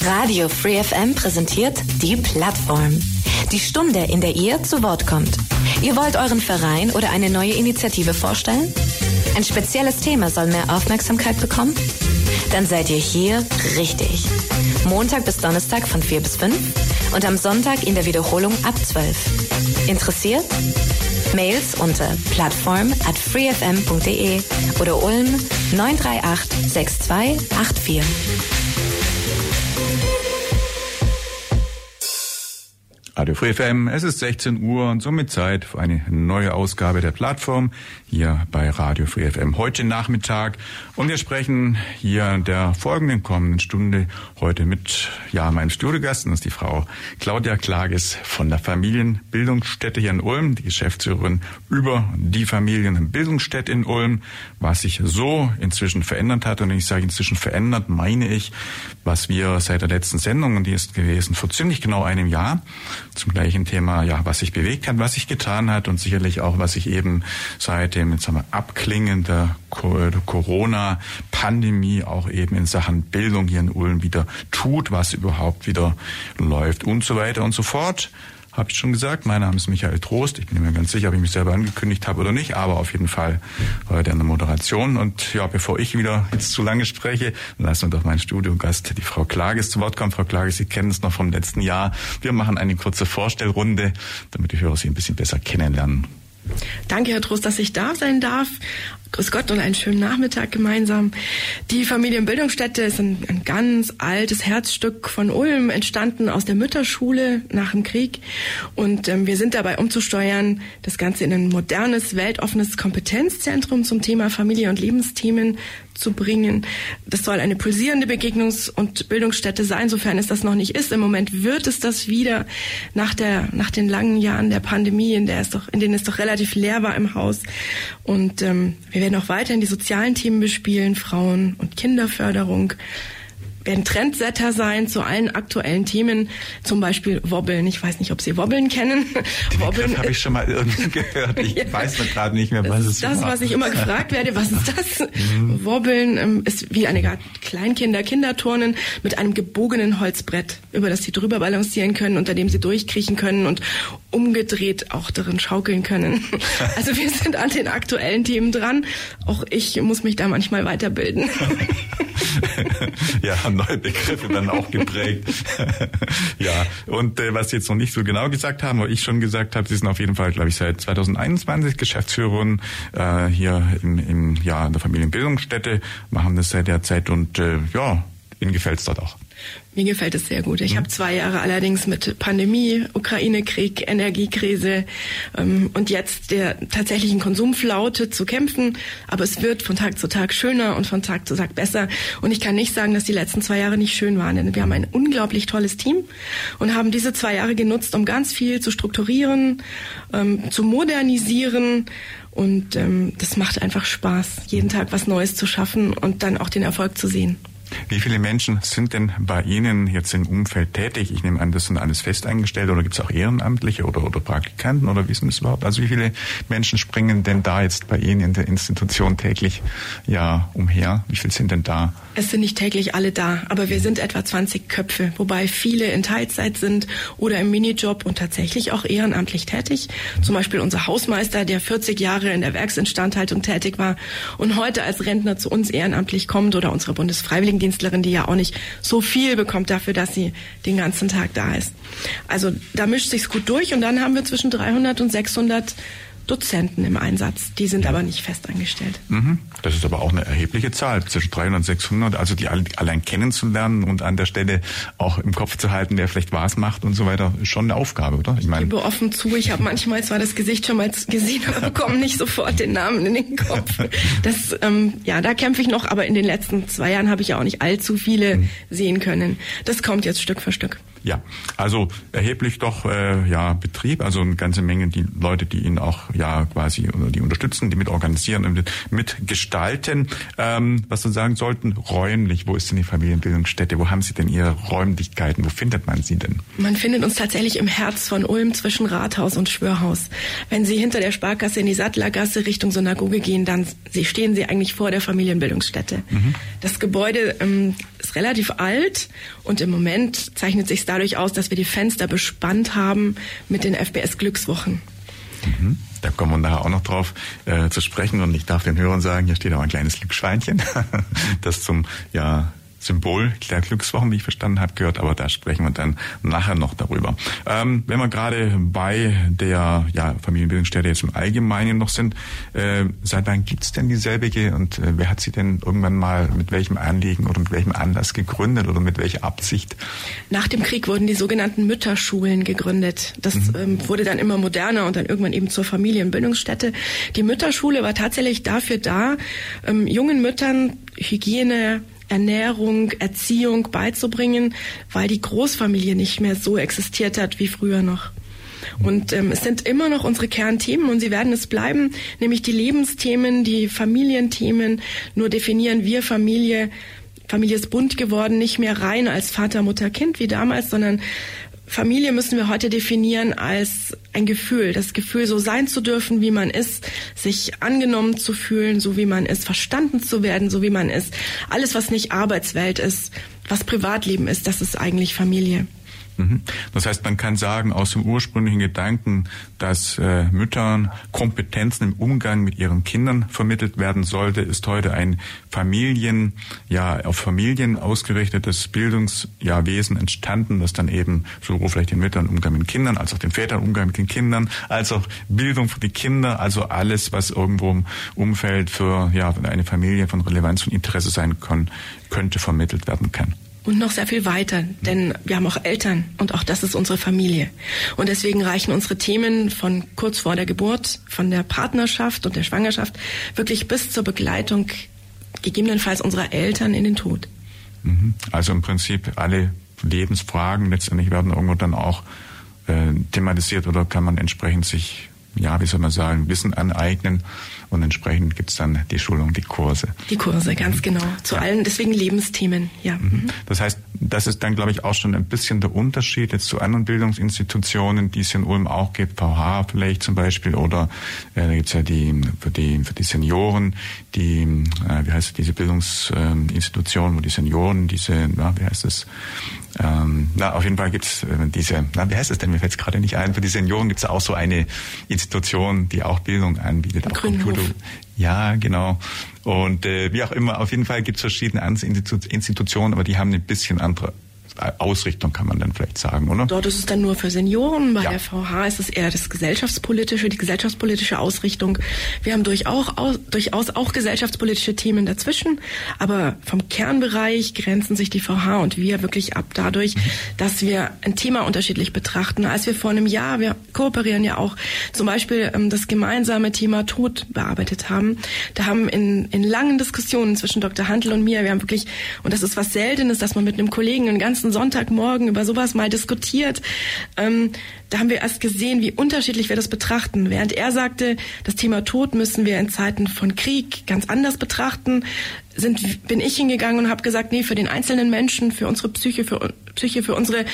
Radio Free FM präsentiert die Plattform. Die Stunde, in der ihr zu Wort kommt. Ihr wollt euren Verein oder eine neue Initiative vorstellen? Ein spezielles Thema soll mehr Aufmerksamkeit bekommen? Dann seid ihr hier richtig. Montag bis Donnerstag von 4 bis 5 und am Sonntag in der Wiederholung ab 12. Interessiert? Mails unter plattform@freefm.de oder Ulm 938 6284. Radio Free FM, es ist 16 Uhr und somit Zeit für eine neue Ausgabe der Plattform hier bei Radio Free FM heute Nachmittag. Und wir sprechen hier in der folgenden kommenden Stunde heute mit meinem Studiogast, und das ist die Frau Claudia Klages von der Familienbildungsstätte hier in Ulm, die Geschäftsführerin über die Familienbildungsstätte in Ulm, was sich so inzwischen verändert hat. Und wenn ich sage inzwischen verändert, meine ich, was wir seit der letzten Sendung, und die ist gewesen vor ziemlich genau einem Jahr, zum gleichen Thema, was sich bewegt hat, was sich getan hat und sicherlich auch, was sich eben seit dem Abklingen der Corona-Pandemie auch eben in Sachen Bildung hier in Ulm wieder tut, was überhaupt wieder läuft und so weiter und so fort. Habe ich schon gesagt, mein Name ist Michael Trost. Ich bin mir ganz sicher, ob ich mich selber angekündigt habe oder nicht, aber auf jeden Fall heute an der Moderation. Und bevor ich wieder jetzt zu lange spreche, lassen wir doch meinen Studiogast, die Frau Klages, zu Wort kommen. Frau Klages, Sie kennen es noch vom letzten Jahr. Wir machen eine kurze Vorstellrunde, damit die Hörer Sie ein bisschen besser kennenlernen. Danke, Herr Trost, dass ich da sein darf. Grüß Gott und einen schönen Nachmittag gemeinsam. Die Familienbildungsstätte ist ein ganz altes Herzstück von Ulm, entstanden aus der Mütterschule nach dem Krieg. Und wir sind dabei umzusteuern, das Ganze in ein modernes, weltoffenes Kompetenzzentrum zum Thema Familie und Lebensthemen zu bringen. Das soll eine pulsierende Begegnungs- und Bildungsstätte sein, sofern es das noch nicht ist. Im Moment wird es das wieder nach den langen Jahren der Pandemie, in denen es doch relativ leer war im Haus. Und wir werden auch weiterhin die sozialen Themen bespielen, Frauen- und Kinderförderung, werden Trendsetter sein zu allen aktuellen Themen, zum Beispiel Wobbeln. Ich weiß nicht, ob Sie Wobbeln kennen. Wobbeln habe ich schon mal irgendwie gehört. Ich weiß noch gerade nicht mehr, was es ist. Das, was ich immer gefragt werde, was ist das? Wobbeln ist wie eine Kinderturnen mit einem gebogenen Holzbrett, über das Sie drüber balancieren können, unter dem Sie durchkriechen können und umgedreht auch darin schaukeln können. Also wir sind an den aktuellen Themen dran. Auch ich muss mich da manchmal weiterbilden. Neue Begriffe dann auch geprägt. Und was Sie jetzt noch nicht so genau gesagt haben, aber ich schon gesagt habe, Sie sind auf jeden Fall, glaube ich, seit 2021 Geschäftsführerin hier in der Familienbildungsstätte, machen das seit der Zeit und Ihnen gefällt es dort auch. Mir gefällt es sehr gut. Ich habe 2 Jahre allerdings mit Pandemie, Ukraine-Krieg, Energiekrise und jetzt der tatsächlichen Konsumflaute zu kämpfen. Aber es wird von Tag zu Tag schöner und von Tag zu Tag besser. Und ich kann nicht sagen, dass die letzten 2 Jahre nicht schön waren. Denn wir haben ein unglaublich tolles Team und haben diese 2 Jahre genutzt, um ganz viel zu strukturieren, zu modernisieren. Und das macht einfach Spaß, jeden Tag was Neues zu schaffen und dann auch den Erfolg zu sehen. Wie viele Menschen sind denn bei Ihnen jetzt im Umfeld tätig? Ich nehme an, das sind alles Festeingestellte oder gibt es auch Ehrenamtliche oder Praktikanten oder wie ist das überhaupt? Also wie viele Menschen springen denn da jetzt bei Ihnen in der Institution täglich umher? Wie viele sind denn da? Es sind nicht täglich alle da, aber wir sind etwa 20 Köpfe, wobei viele in Teilzeit sind oder im Minijob und tatsächlich auch ehrenamtlich tätig. Zum Beispiel unser Hausmeister, der 40 Jahre in der Werksinstandhaltung tätig war und heute als Rentner zu uns ehrenamtlich kommt, oder unsere Bundesfreiwilligendienstlerin, die ja auch nicht so viel bekommt dafür, dass sie den ganzen Tag da ist. Also da mischt sich's gut durch und dann haben wir zwischen 300 und 600 Dozenten im Einsatz. Die sind aber nicht fest angestellt. Das ist aber auch eine erhebliche Zahl, zwischen 300 und 600. Also die allein kennenzulernen und an der Stelle auch im Kopf zu halten, wer vielleicht was macht und so weiter, ist schon eine Aufgabe, oder? Ich gebe offen zu, ich habe manchmal zwar das Gesicht schon mal gesehen, aber bekomme nicht sofort den Namen in den Kopf. Das, da kämpfe ich noch, aber in den letzten 2 Jahren habe ich ja auch nicht allzu viele sehen können. Das kommt jetzt Stück für Stück. Ja, also erheblich doch Betrieb, also eine ganze Menge die Leute, die ihn auch quasi oder die unterstützen, die mit organisieren und mit gestalten. Was Sie sagen sollten, räumlich, wo ist denn die Familienbildungsstätte? Wo haben Sie denn Ihre Räumlichkeiten? Wo findet man sie denn? Man findet uns tatsächlich im Herz von Ulm zwischen Rathaus und Schwörhaus. Wenn Sie hinter der Sparkasse in die Sattlergasse Richtung Synagoge gehen, dann stehen Sie eigentlich vor der Familienbildungsstätte. Das Gebäude ist ist relativ alt und im Moment zeichnet sich dadurch aus, dass wir die Fenster bespannt haben mit den FBS Glückswochen. Da kommen wir nachher auch noch drauf zu sprechen und ich darf den Hörern sagen, hier steht auch ein kleines Glücksschweinchen, das zum Symbol der Glückswochen, wie ich verstanden habe, gehört, aber da sprechen wir dann nachher noch darüber. Wenn wir gerade bei der Familienbildungsstätte jetzt im Allgemeinen noch sind, seit wann gibt's denn dieselbige und wer hat sie denn irgendwann mal mit welchem Anliegen oder mit welchem Anlass gegründet oder mit welcher Absicht? Nach dem Krieg wurden die sogenannten Mütterschulen gegründet. Das wurde dann immer moderner und dann irgendwann eben zur Familienbildungsstätte. Die Mütterschule war tatsächlich dafür da, jungen Müttern Hygiene, Ernährung, Erziehung beizubringen, weil die Großfamilie nicht mehr so existiert hat wie früher noch. Und es sind immer noch unsere Kernthemen und sie werden es bleiben, nämlich die Lebensthemen, die Familienthemen. Nur definieren wir Familie ist bunt geworden, nicht mehr rein als Vater, Mutter, Kind wie damals, sondern Familie müssen wir heute definieren als ein Gefühl, das Gefühl, so sein zu dürfen, wie man ist, sich angenommen zu fühlen, so wie man ist, verstanden zu werden, so wie man ist. Alles, was nicht Arbeitswelt ist, was Privatleben ist, das ist eigentlich Familie. Das heißt, man kann sagen, aus dem ursprünglichen Gedanken, dass Müttern Kompetenzen im Umgang mit ihren Kindern vermittelt werden sollte, ist heute ein auf Familien ausgerichtetes Bildungswesen entstanden, das dann eben sowohl vielleicht den Müttern Umgang mit den Kindern, als auch den Vätern Umgang mit den Kindern, als auch Bildung für die Kinder, also alles, was irgendwo im Umfeld für eine Familie von Relevanz und Interesse sein könnte, vermittelt werden kann. Und noch sehr viel weiter, denn wir haben auch Eltern und auch das ist unsere Familie. Und deswegen reichen unsere Themen von kurz vor der Geburt, von der Partnerschaft und der Schwangerschaft wirklich bis zur Begleitung gegebenenfalls unserer Eltern in den Tod. Also im Prinzip alle Lebensfragen letztendlich werden irgendwo dann auch thematisiert oder kann man entsprechend sich, Wissen aneignen. Und entsprechend gibt's dann die Schulung, die Kurse. Die Kurse, ganz genau. Zu allen, deswegen Lebensthemen, ja. Das heißt, das ist dann, glaube ich, auch schon ein bisschen der Unterschied jetzt zu anderen Bildungsinstitutionen, die es in Ulm auch gibt, VH vielleicht zum Beispiel, oder da gibt's ja für die Senioren, diese Bildungsinstitution, wo die Senioren auf jeden Fall gibt's wie heißt es denn, mir fällt's gerade nicht ein, für die Senioren gibt's auch so eine Institution, die auch Bildung anbietet, auch Computer. Ja, genau. Und wie auch immer, auf jeden Fall gibt's verschiedene Institutionen, aber die haben ein bisschen andere Ausrichtung, kann man dann vielleicht sagen, oder? Dort ist es dann nur für Senioren, bei der VH ist es eher die gesellschaftspolitische Ausrichtung. Wir haben durchaus auch gesellschaftspolitische Themen dazwischen, aber vom Kernbereich grenzen sich die VH und wir wirklich ab dadurch, dass wir ein Thema unterschiedlich betrachten. Als wir vor einem Jahr, wir kooperieren ja auch, zum Beispiel das gemeinsame Thema Tod bearbeitet haben, da haben in langen Diskussionen zwischen Dr. Handl und mir, wir haben wirklich, und das ist was Seltenes, dass man mit einem Kollegen einen ganzen Sonntagmorgen über sowas mal diskutiert. Da haben wir erst gesehen, wie unterschiedlich wir das betrachten. Während er sagte, das Thema Tod müssen wir in Zeiten von Krieg ganz anders betrachten, bin ich hingegangen und habe gesagt, nee, für den einzelnen Menschen, für unsere Psyche, für unsere,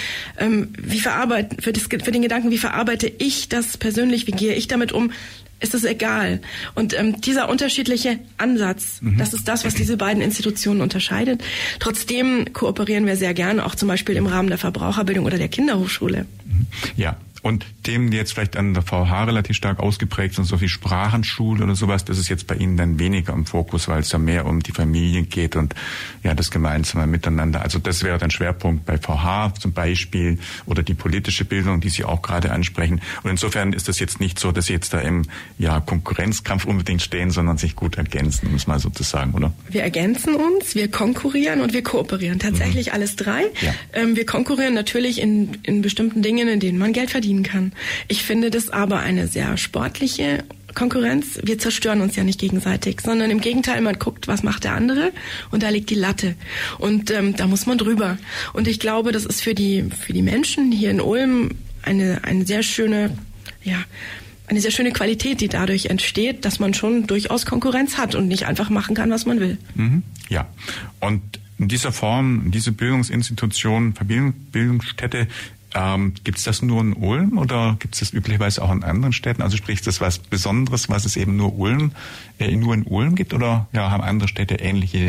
für den Gedanken, wie verarbeite ich das persönlich, wie gehe ich damit um, ist es egal. Und dieser unterschiedliche Ansatz, das ist das, was diese beiden Institutionen unterscheidet. Trotzdem kooperieren wir sehr gerne, auch zum Beispiel im Rahmen der Verbraucherbildung oder der Kinderhochschule. Ja. Und Themen, die jetzt vielleicht an der VH relativ stark ausgeprägt sind, so wie Sprachenschule oder sowas, das ist jetzt bei Ihnen dann weniger im Fokus, weil es ja mehr um die Familie geht und das gemeinsame Miteinander. Also das wäre dann Schwerpunkt bei VH zum Beispiel oder die politische Bildung, die Sie auch gerade ansprechen. Und insofern ist das jetzt nicht so, dass Sie jetzt da im Konkurrenzkampf unbedingt stehen, sondern sich gut ergänzen, um es mal so zu sagen, oder? Wir ergänzen uns, wir konkurrieren und wir kooperieren. Tatsächlich alles drei. Ja. Wir konkurrieren natürlich in bestimmten Dingen, in denen man Geld verdient kann. Ich finde das aber eine sehr sportliche Konkurrenz. Wir zerstören uns ja nicht gegenseitig, sondern im Gegenteil, man guckt, was macht der andere und da liegt die Latte. Und da muss man drüber. Und ich glaube, das ist für die Menschen hier in Ulm eine sehr schöne Qualität, die dadurch entsteht, dass man schon durchaus Konkurrenz hat und nicht einfach machen kann, was man will. Ja, und in dieser Form, diese Bildungsinstitution, Bildungsstätte, gibt es das nur in Ulm oder gibt es das üblicherweise auch in anderen Städten? Also sprich, ist das was Besonderes, was es eben nur in Ulm gibt oder haben andere Städte ähnliche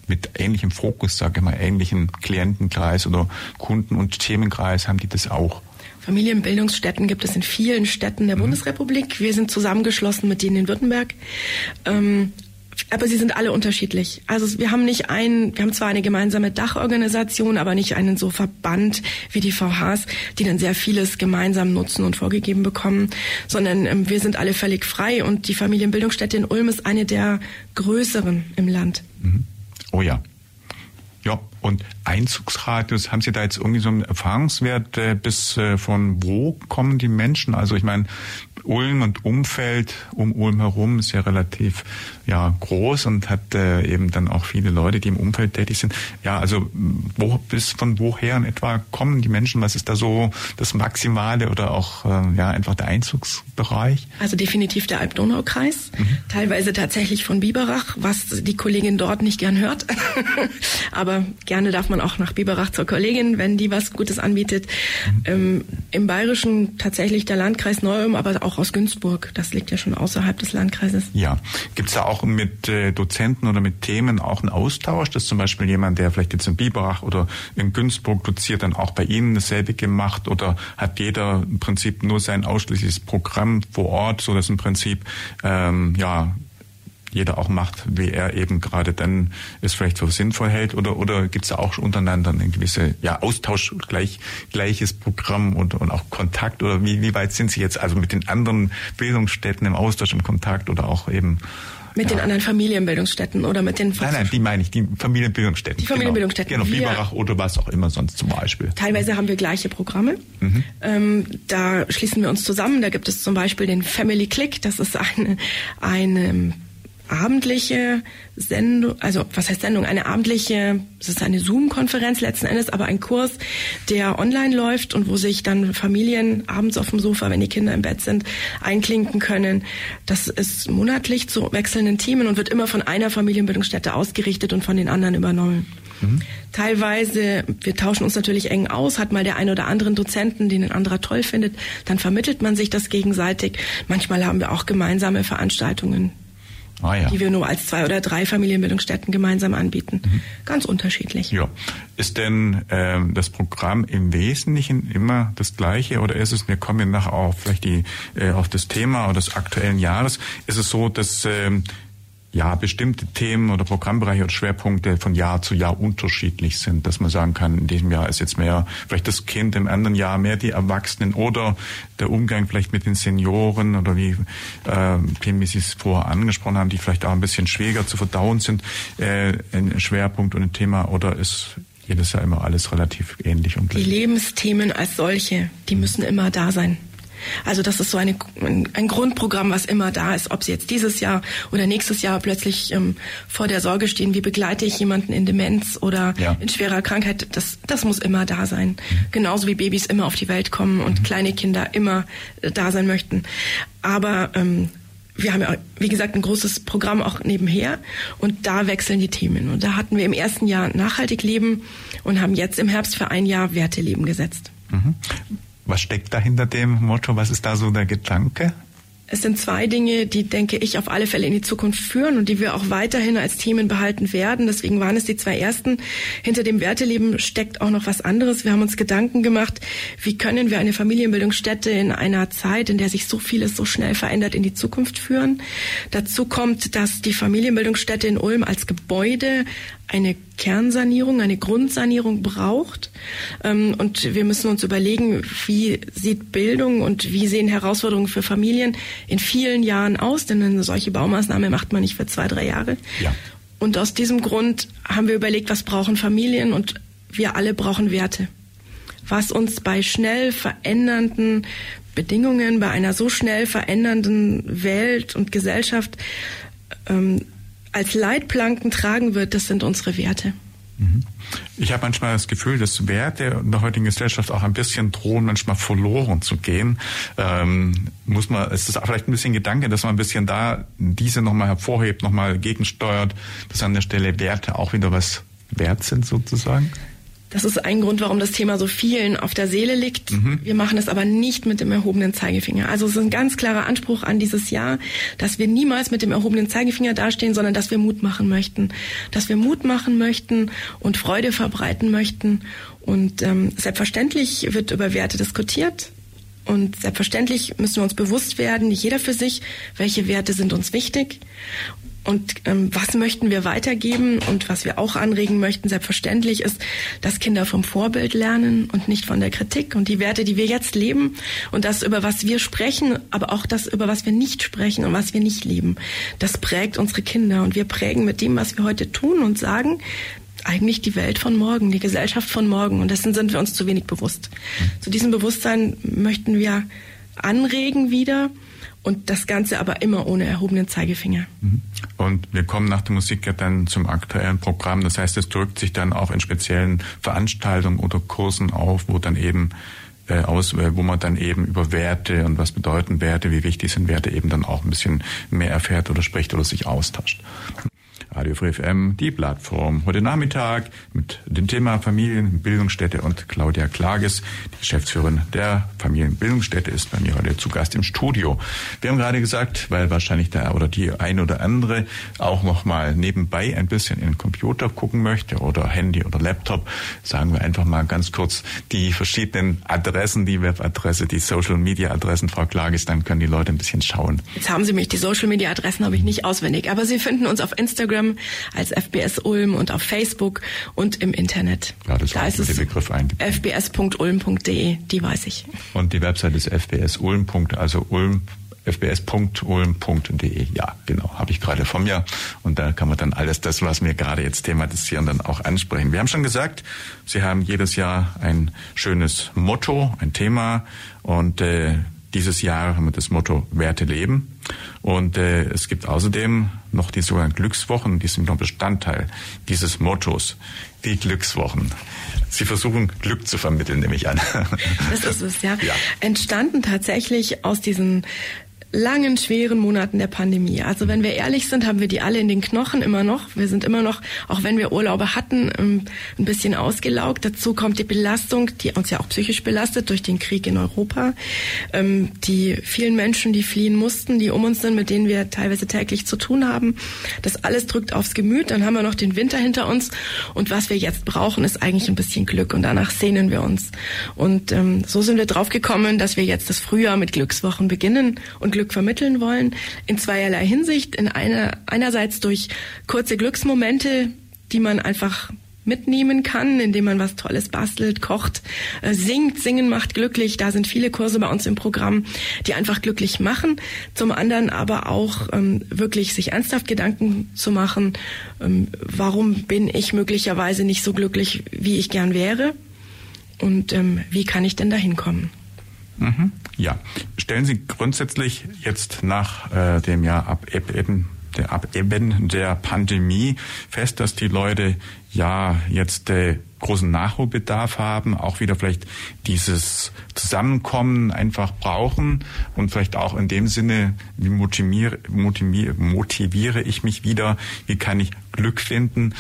mit ähnlichem Fokus, sage ich mal, ähnlichen Klientenkreis oder Kunden- und Themenkreis, haben die das auch? Familienbildungsstätten gibt es in vielen Städten der Bundesrepublik. Wir sind zusammengeschlossen mit denen in Württemberg. Aber sie sind alle unterschiedlich. Also wir haben zwar eine gemeinsame Dachorganisation, aber nicht einen so Verband wie die VHs, die dann sehr vieles gemeinsam nutzen und vorgegeben bekommen, sondern wir sind alle völlig frei und die Familienbildungsstätte in Ulm ist eine der größeren im Land. Oh ja. Ja, und Einzugsradius, haben Sie da jetzt irgendwie so einen Erfahrungswert, bis von wo kommen die Menschen? Also ich meine, Ulm und Umfeld um Ulm herum ist ja relativ groß und hat eben dann auch viele Leute, die im Umfeld tätig sind. Ja, also von woher in etwa kommen die Menschen? Was ist da so das Maximale oder auch einfach der Einzugsbereich? Also definitiv der Alb-Donau-Kreis, teilweise tatsächlich von Biberach, was die Kollegin dort nicht gern hört. Aber gerne darf man auch nach Biberach zur Kollegin, wenn die was Gutes anbietet. Im Bayerischen tatsächlich der Landkreis Neu-Ulm, aber auch aus Günzburg. Das liegt ja schon außerhalb des Landkreises. Ja. Gibt es da auch mit Dozenten oder mit Themen auch einen Austausch, dass zum Beispiel jemand, der vielleicht jetzt in Biberach oder in Günzburg doziert, dann auch bei Ihnen dasselbe gemacht, oder hat jeder im Prinzip nur sein ausschließliches Programm vor Ort, so dass im Prinzip jeder auch macht, wie er eben gerade dann es vielleicht für sinnvoll hält, oder gibt es da auch untereinander eine gewisse Austausch, gleiches Programm und auch Kontakt, oder wie weit sind Sie jetzt also mit den anderen Bildungsstätten im Austausch, im Kontakt, oder auch eben mit den anderen Familienbildungsstätten oder mit den... Nein, die meine ich, die Familienbildungsstätten. Die Familienbildungsstätten. Genau, Biberach oder was auch immer sonst zum Beispiel. Teilweise haben wir gleiche Programme. Da schließen wir uns zusammen. Da gibt es zum Beispiel den Family Click. Das ist eine abendliche Sendung, also was heißt Sendung? Es ist eine Zoom-Konferenz letzten Endes, aber ein Kurs, der online läuft und wo sich dann Familien abends auf dem Sofa, wenn die Kinder im Bett sind, einklinken können. Das ist monatlich zu wechselnden Themen und wird immer von einer Familienbildungsstätte ausgerichtet und von den anderen übernommen. Teilweise, wir tauschen uns natürlich eng aus, hat mal der ein oder anderen Dozenten, den ein anderer toll findet, dann vermittelt man sich das gegenseitig. Manchmal haben wir auch gemeinsame Veranstaltungen, die wir nur als 2 oder 3 Familienbildungsstätten gemeinsam anbieten. Ganz unterschiedlich. Ja. Ist denn das Programm im Wesentlichen immer das Gleiche, oder ist es, wir kommen nachher auch vielleicht auf das Thema oder des aktuellen Jahres, ist es so, dass bestimmte Themen oder Programmbereiche oder Schwerpunkte von Jahr zu Jahr unterschiedlich sind, dass man sagen kann, in diesem Jahr ist jetzt mehr vielleicht das Kind, im anderen Jahr mehr die Erwachsenen, oder der Umgang vielleicht mit den Senioren, oder wie Sie es vorher angesprochen haben, die vielleicht auch ein bisschen schwieriger zu verdauen sind, ein Schwerpunkt und ein Thema, oder ist jedes Jahr immer alles relativ ähnlich und gleich? Die Lebensthemen als solche, die müssen immer da sein. Also das ist so ein Grundprogramm, was immer da ist, ob Sie jetzt dieses Jahr oder nächstes Jahr plötzlich vor der Sorge stehen, wie begleite ich jemanden in Demenz oder in schwerer Krankheit, das muss immer da sein. Genauso wie Babys immer auf die Welt kommen und kleine Kinder immer da sein möchten. Aber wir haben ja, wie gesagt, ein großes Programm auch nebenher und da wechseln die Themen. Und da hatten wir im ersten Jahr nachhaltig leben und haben jetzt im Herbst für ein Jahr Werteleben gesetzt. Was steckt da hinter dem Motto? Was ist da so der Gedanke? Es sind 2 Dinge, die, denke ich, auf alle Fälle in die Zukunft führen und die wir auch weiterhin als Themen behalten werden. Deswegen waren es die 2 ersten. Hinter dem Werteleben steckt auch noch was anderes. Wir haben uns Gedanken gemacht, wie können wir eine Familienbildungsstätte in einer Zeit, in der sich so vieles so schnell verändert, in die Zukunft führen. Dazu kommt, dass die Familienbildungsstätte in Ulm als Gebäude eine Kernsanierung, eine Grundsanierung braucht. Und wir müssen uns überlegen, wie sieht Bildung und wie sehen Herausforderungen für Familien in vielen Jahren aus, denn eine solche Baumaßnahme macht man nicht für 2, 3 Jahre. Ja. Und aus diesem Grund haben wir überlegt, was brauchen Familien, und wir alle brauchen Werte. Was uns bei schnell verändernden Bedingungen, bei einer so schnell verändernden Welt und Gesellschaft als Leitplanken tragen wird, das sind unsere Werte. Ich habe manchmal das Gefühl, dass Werte in der heutigen Gesellschaft auch ein bisschen drohen, manchmal verloren zu gehen. Es ist vielleicht ein bisschen Gedanke, dass man ein bisschen da diese nochmal hervorhebt, nochmal gegensteuert, dass an der Stelle Werte auch wieder was wert sind sozusagen? Das ist ein Grund, warum das Thema so vielen auf der Seele liegt. Wir machen es aber nicht mit dem erhobenen Zeigefinger. Also es ist ein ganz klarer Anspruch an dieses Jahr, dass wir niemals mit dem erhobenen Zeigefinger dastehen, sondern dass wir Mut machen möchten. Dass wir Mut machen möchten und Freude verbreiten möchten. Und selbstverständlich wird über Werte diskutiert. Und selbstverständlich müssen wir uns bewusst werden, jeder für sich, welche Werte sind uns wichtig. Und was möchten wir weitergeben und was wir auch anregen möchten, selbstverständlich ist, dass Kinder vom Vorbild lernen und nicht von der Kritik. Und die Werte, die wir jetzt leben und das, über was wir sprechen, aber auch das, über was wir nicht sprechen und was wir nicht leben, das prägt unsere Kinder. Und wir prägen mit dem, was wir heute tun und sagen, eigentlich die Welt von morgen, die Gesellschaft von morgen. Und dessen sind wir uns zu wenig bewusst. Zu diesem Bewusstsein möchten wir anregen wieder. Und das Ganze aber immer ohne erhobenen Zeigefinger. Und wir kommen nach der Musik ja dann zum aktuellen Programm. Das heißt, es drückt sich dann auch in speziellen Veranstaltungen oder Kursen auf, wo dann eben wo man dann eben über Werte und was bedeuten Werte, wie wichtig sind Werte, eben dann auch ein bisschen mehr erfährt oder spricht oder sich austauscht. Radio Free FM, die Plattform. Heute Nachmittag mit dem Thema Familienbildungsstätte und Claudia Klages, die Geschäftsführerin der Familienbildungsstätte, ist bei mir heute zu Gast im Studio. Wir haben gerade gesagt, weil wahrscheinlich der oder die ein oder andere auch noch mal nebenbei ein bisschen in den Computer gucken möchte oder Handy oder Laptop, sagen wir einfach mal ganz kurz die verschiedenen Adressen, die Webadresse, die Social-Media-Adressen, Frau Klages, dann können die Leute ein bisschen schauen. Jetzt haben Sie mich, die Social-Media-Adressen habe ich nicht auswendig, aber Sie finden uns auf Instagram als FBS Ulm und auf Facebook und im Internet. Ja, das da ist es Begriff eingegeben. fbs.ulm.de, die weiß ich. Und die Website ist fbsulm. Also Ulm, fbs.ulm.de. Ja, genau, habe ich gerade von mir. Und da kann man dann alles das, was wir gerade jetzt thematisieren, dann auch ansprechen. Wir haben schon gesagt, Sie haben jedes Jahr ein schönes Motto, ein Thema. Und dieses Jahr haben wir das Motto Werte leben. Und es gibt außerdem noch die sogenannten Glückswochen, die sind noch Bestandteil dieses Mottos, die Glückswochen. Sie versuchen Glück zu vermitteln, nehme ich an. Das ist es, ja. Entstanden tatsächlich aus diesen langen, schweren Monaten der Pandemie. Also wenn wir ehrlich sind, haben wir die alle in den Knochen immer noch. Wir sind immer noch, auch wenn wir Urlaube hatten, ein bisschen ausgelaugt. Dazu kommt die Belastung, die uns ja auch psychisch belastet durch den Krieg in Europa. Die vielen Menschen, die fliehen mussten, die um uns sind, mit denen wir teilweise täglich zu tun haben. Das alles drückt aufs Gemüt. Dann haben wir noch den Winter hinter uns. Und was wir jetzt brauchen, ist eigentlich ein bisschen Glück. Und danach sehnen wir uns. Und so sind wir drauf gekommen, dass wir jetzt das Frühjahr mit Glückswochen beginnen und Glück vermitteln wollen, in zweierlei Hinsicht. Einerseits durch kurze Glücksmomente, die man einfach mitnehmen kann, indem man was Tolles bastelt, kocht, singt. Singen macht glücklich. Da sind viele Kurse bei uns im Programm, die einfach glücklich machen. Zum anderen aber auch wirklich sich ernsthaft Gedanken zu machen, warum bin ich möglicherweise nicht so glücklich, wie ich gern wäre, und wie kann ich denn dahin kommen? Ja, stellen Sie grundsätzlich jetzt nach dem Jahr Abebben der Pandemie fest, dass die Leute ja jetzt großen Nachholbedarf haben, auch wieder vielleicht dieses Zusammenkommen einfach brauchen und vielleicht auch in dem Sinne, wie motiviere ich mich wieder, wie kann ich Glück finden,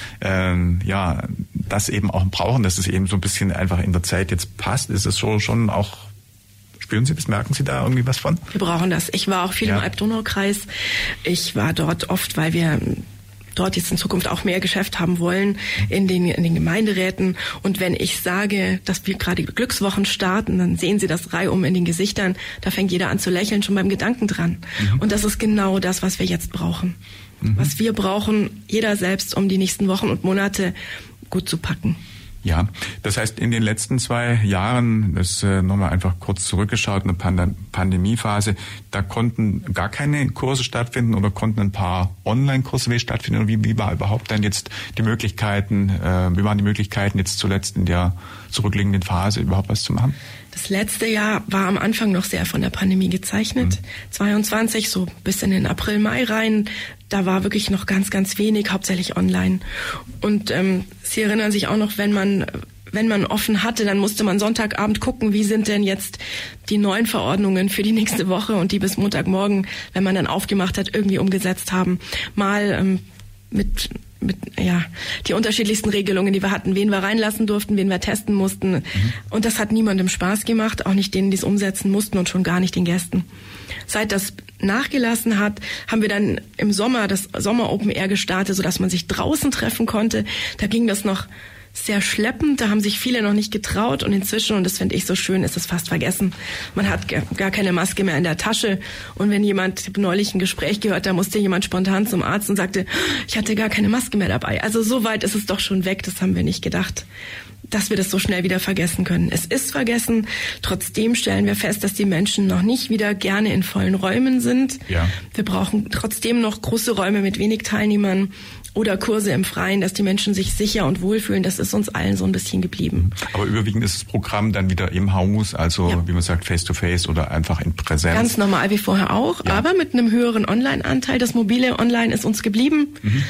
das eben auch brauchen, dass es eben so ein bisschen einfach in der Zeit jetzt passt. Ist es so schon auch, spüren Sie das, merken Sie da irgendwie was von? Wir brauchen das. Ich war auch viel im Alb-Donau-Kreis. Ich war dort oft, weil wir dort jetzt in Zukunft auch mehr Geschäft haben wollen, in den Gemeinderäten. Und wenn ich sage, dass wir gerade Glückswochen starten, dann sehen Sie das reihum in den Gesichtern. Da fängt jeder an zu lächeln, schon beim Gedanken dran. Und das ist genau das, was wir jetzt brauchen. Was wir brauchen, jeder selbst, um die nächsten Wochen und Monate gut zu packen. Ja, das heißt, in den letzten 2 Jahren, das nochmal einfach kurz zurückgeschaut, eine Pandemiephase, da konnten gar keine Kurse stattfinden oder konnten ein paar Online-Kurse stattfinden? Und wie war überhaupt dann jetzt die Möglichkeiten, wie waren die Möglichkeiten jetzt zuletzt in der zurückliegenden Phase überhaupt was zu machen? Das letzte Jahr war am Anfang noch sehr von der Pandemie gezeichnet. 22, so bis in den April, Mai rein, da war wirklich noch ganz, ganz wenig, hauptsächlich online. Und Sie erinnern sich auch noch, wenn man offen hatte, dann musste man Sonntagabend gucken, wie sind denn jetzt die neuen Verordnungen für die nächste Woche und die bis Montagmorgen, wenn man dann aufgemacht hat, irgendwie umgesetzt haben. Mal mit die unterschiedlichsten Regelungen, die wir hatten, wen wir reinlassen durften, wen wir testen mussten. Und das hat niemandem Spaß gemacht, auch nicht denen, die es umsetzen mussten und schon gar nicht den Gästen. Seit das nachgelassen hat, haben wir dann im Sommer das Sommer Open Air gestartet, sodass man sich draußen treffen konnte. Da ging das noch sehr schleppend, da haben sich viele noch nicht getraut und inzwischen, und das finde ich so schön, ist es fast vergessen. Man hat gar keine Maske mehr in der Tasche und wenn jemand, ich habe neulich ein Gespräch gehört, da musste jemand spontan zum Arzt und sagte, ich hatte gar keine Maske mehr dabei. Also so weit ist es doch schon weg, das haben wir nicht gedacht, dass wir das so schnell wieder vergessen können. Es ist vergessen, trotzdem stellen wir fest, dass die Menschen noch nicht wieder gerne in vollen Räumen sind. Ja. Wir brauchen trotzdem noch große Räume mit wenig Teilnehmern oder Kurse im Freien, dass die Menschen sich sicher und wohlfühlen. Das ist uns allen so ein bisschen geblieben. Aber überwiegend ist das Programm dann wieder im Haus, also wie man sagt, face-to-face oder einfach in Präsenz. Ganz normal wie vorher auch, aber mit einem höheren Online-Anteil. Das mobile Online ist uns geblieben.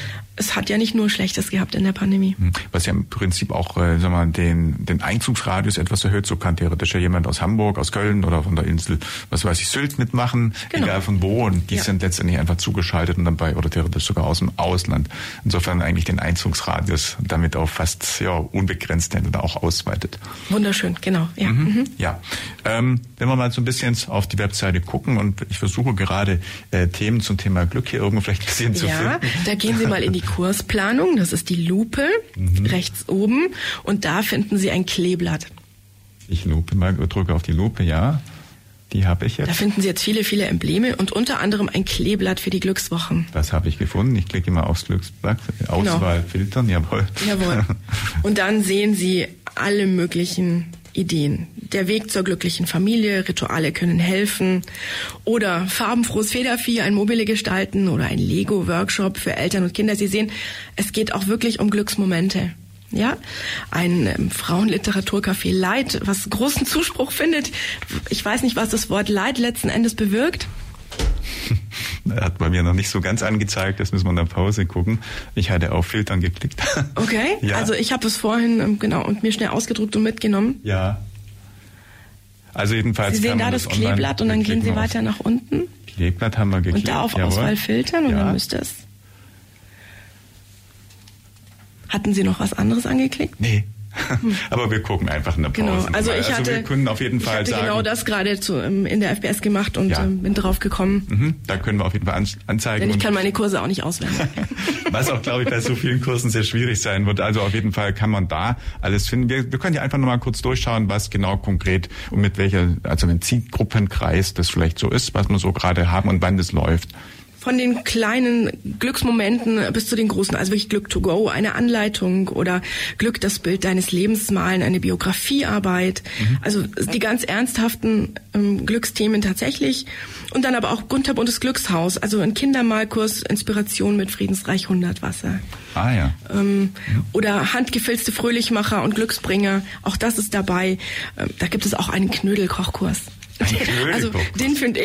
Es hat ja nicht nur Schlechtes gehabt in der Pandemie. Was ja im Prinzip auch den Einzugsradius etwas erhöht. So kann theoretisch ja jemand aus Hamburg, aus Köln oder von der Insel, was weiß ich, Sylt mitmachen, egal von wo. Und die sind letztendlich einfach zugeschaltet und dabei oder theoretisch sogar aus dem Ausland. Insofern eigentlich den Einzugsradius damit auf fast unbegrenzt oder auch ausweitet. Wunderschön, genau. Ja. Ja. Wenn wir mal so ein bisschen auf die Webseite gucken und ich versuche gerade Themen zum Thema Glück hier irgendwo vielleicht ein bisschen zu finden. Ja, da gehen Sie mal in die Kursplanung, das ist die Lupe, rechts oben und da finden Sie ein Kleeblatt. Ich drücke auf die Lupe, ja. Die habe ich jetzt. Da finden Sie jetzt viele, viele Embleme und unter anderem ein Kleeblatt für die Glückswochen. Das habe ich gefunden. Ich klicke mal aufs Glücksblatt. Auswahl filtern, jawohl. Jawohl. Und dann sehen Sie alle möglichen Ideen. Der Weg zur glücklichen Familie, Rituale können helfen oder farbenfrohes Federvieh, ein Mobile gestalten oder ein Lego-Workshop für Eltern und Kinder. Sie sehen, es geht auch wirklich um Glücksmomente. Ja, ein Frauenliteraturcafé Light, was großen Zuspruch findet. Ich weiß nicht, was das Wort Light letzten Endes bewirkt. Hat bei mir noch nicht so ganz angezeigt, das müssen wir in der Pause gucken. Ich hatte auf Filtern geklickt. Okay, ja. Also ich habe es vorhin und mir schnell ausgedruckt und mitgenommen. Ja. Also jedenfalls. Sie sehen da das Kleeblatt und dann gehen Sie weiter nach unten. Kleeblatt haben wir geklickt. Und da auf Auswahl filtern und dann müsste es. Hatten Sie noch was anderes angeklickt? Nee. Aber wir gucken einfach in der Pause. Genau. Also wir können auf jeden Fall sagen, genau das gerade in der FBS gemacht und bin drauf gekommen. Da können wir auf jeden Fall anzeigen. Denn ich kann meine Kurse auch nicht auswählen. Was auch, glaube ich, bei so vielen Kursen sehr schwierig sein wird. Also auf jeden Fall kann man da alles finden. Wir können ja einfach nochmal kurz durchschauen, was genau konkret und mit welcher, also mit Zielgruppenkreis das vielleicht so ist, was wir so gerade haben und wann das läuft. Von den kleinen Glücksmomenten bis zu den großen, also wirklich Glück to go, eine Anleitung oder Glück, das Bild deines Lebens malen, eine Biografiearbeit. Also die ganz ernsthaften Glücksthemen tatsächlich. Und dann aber auch kunterbuntes Glückshaus, also ein Kindermalkurs, Inspiration mit Friedensreich 100 Wasser. Ah ja. Oder handgefilzte Fröhlichmacher und Glücksbringer, auch das ist dabei. Da gibt es auch einen Knödelkochkurs. Also den finde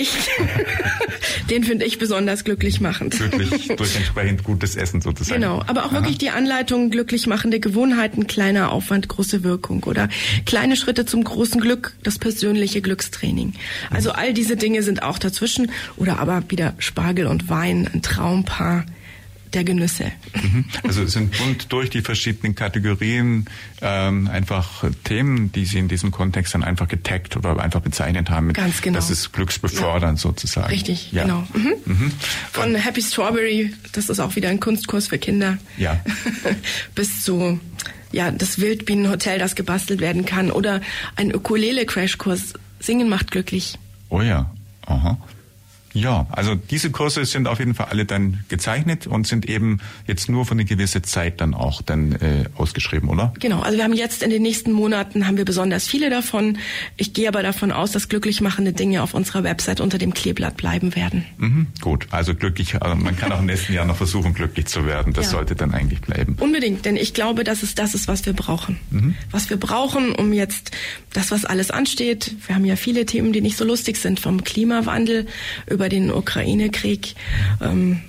ich besonders glücklich machend. Wirklich durch entsprechend gutes Essen sozusagen. Genau, aber auch wirklich die Anleitung, glücklich machende Gewohnheiten, kleiner Aufwand, große Wirkung oder kleine Schritte zum großen Glück, das persönliche Glückstraining. Also all diese Dinge sind auch dazwischen oder aber wieder Spargel und Wein, ein Traumpaar der Genüsse. Also es sind bunt durch die verschiedenen Kategorien einfach Themen, die Sie in diesem Kontext dann einfach getaggt oder einfach bezeichnet haben. Ganz genau. Das ist glücksbefördernd sozusagen. Richtig, genau. Von Happy Strawberry, das ist auch wieder ein Kunstkurs für Kinder, bis zu das Wildbienenhotel, das gebastelt werden kann oder ein Ukulele-Crashkurs. Singen macht glücklich. Oh ja, aha. Ja, also diese Kurse sind auf jeden Fall alle dann gezeichnet und sind eben jetzt nur für eine gewisse Zeit dann auch ausgeschrieben, oder? Genau, also wir haben jetzt in den nächsten Monaten haben wir besonders viele davon. Ich gehe aber davon aus, dass glücklich machende Dinge auf unserer Website unter dem Kleeblatt bleiben werden. Gut, also man kann auch im nächsten Jahr noch versuchen, glücklich zu werden. Das sollte dann eigentlich bleiben. Unbedingt, denn ich glaube, das ist, was wir brauchen. Was wir brauchen, um jetzt das, was alles ansteht. Wir haben ja viele Themen, die nicht so lustig sind, vom Klimawandel über den Ukraine-Krieg,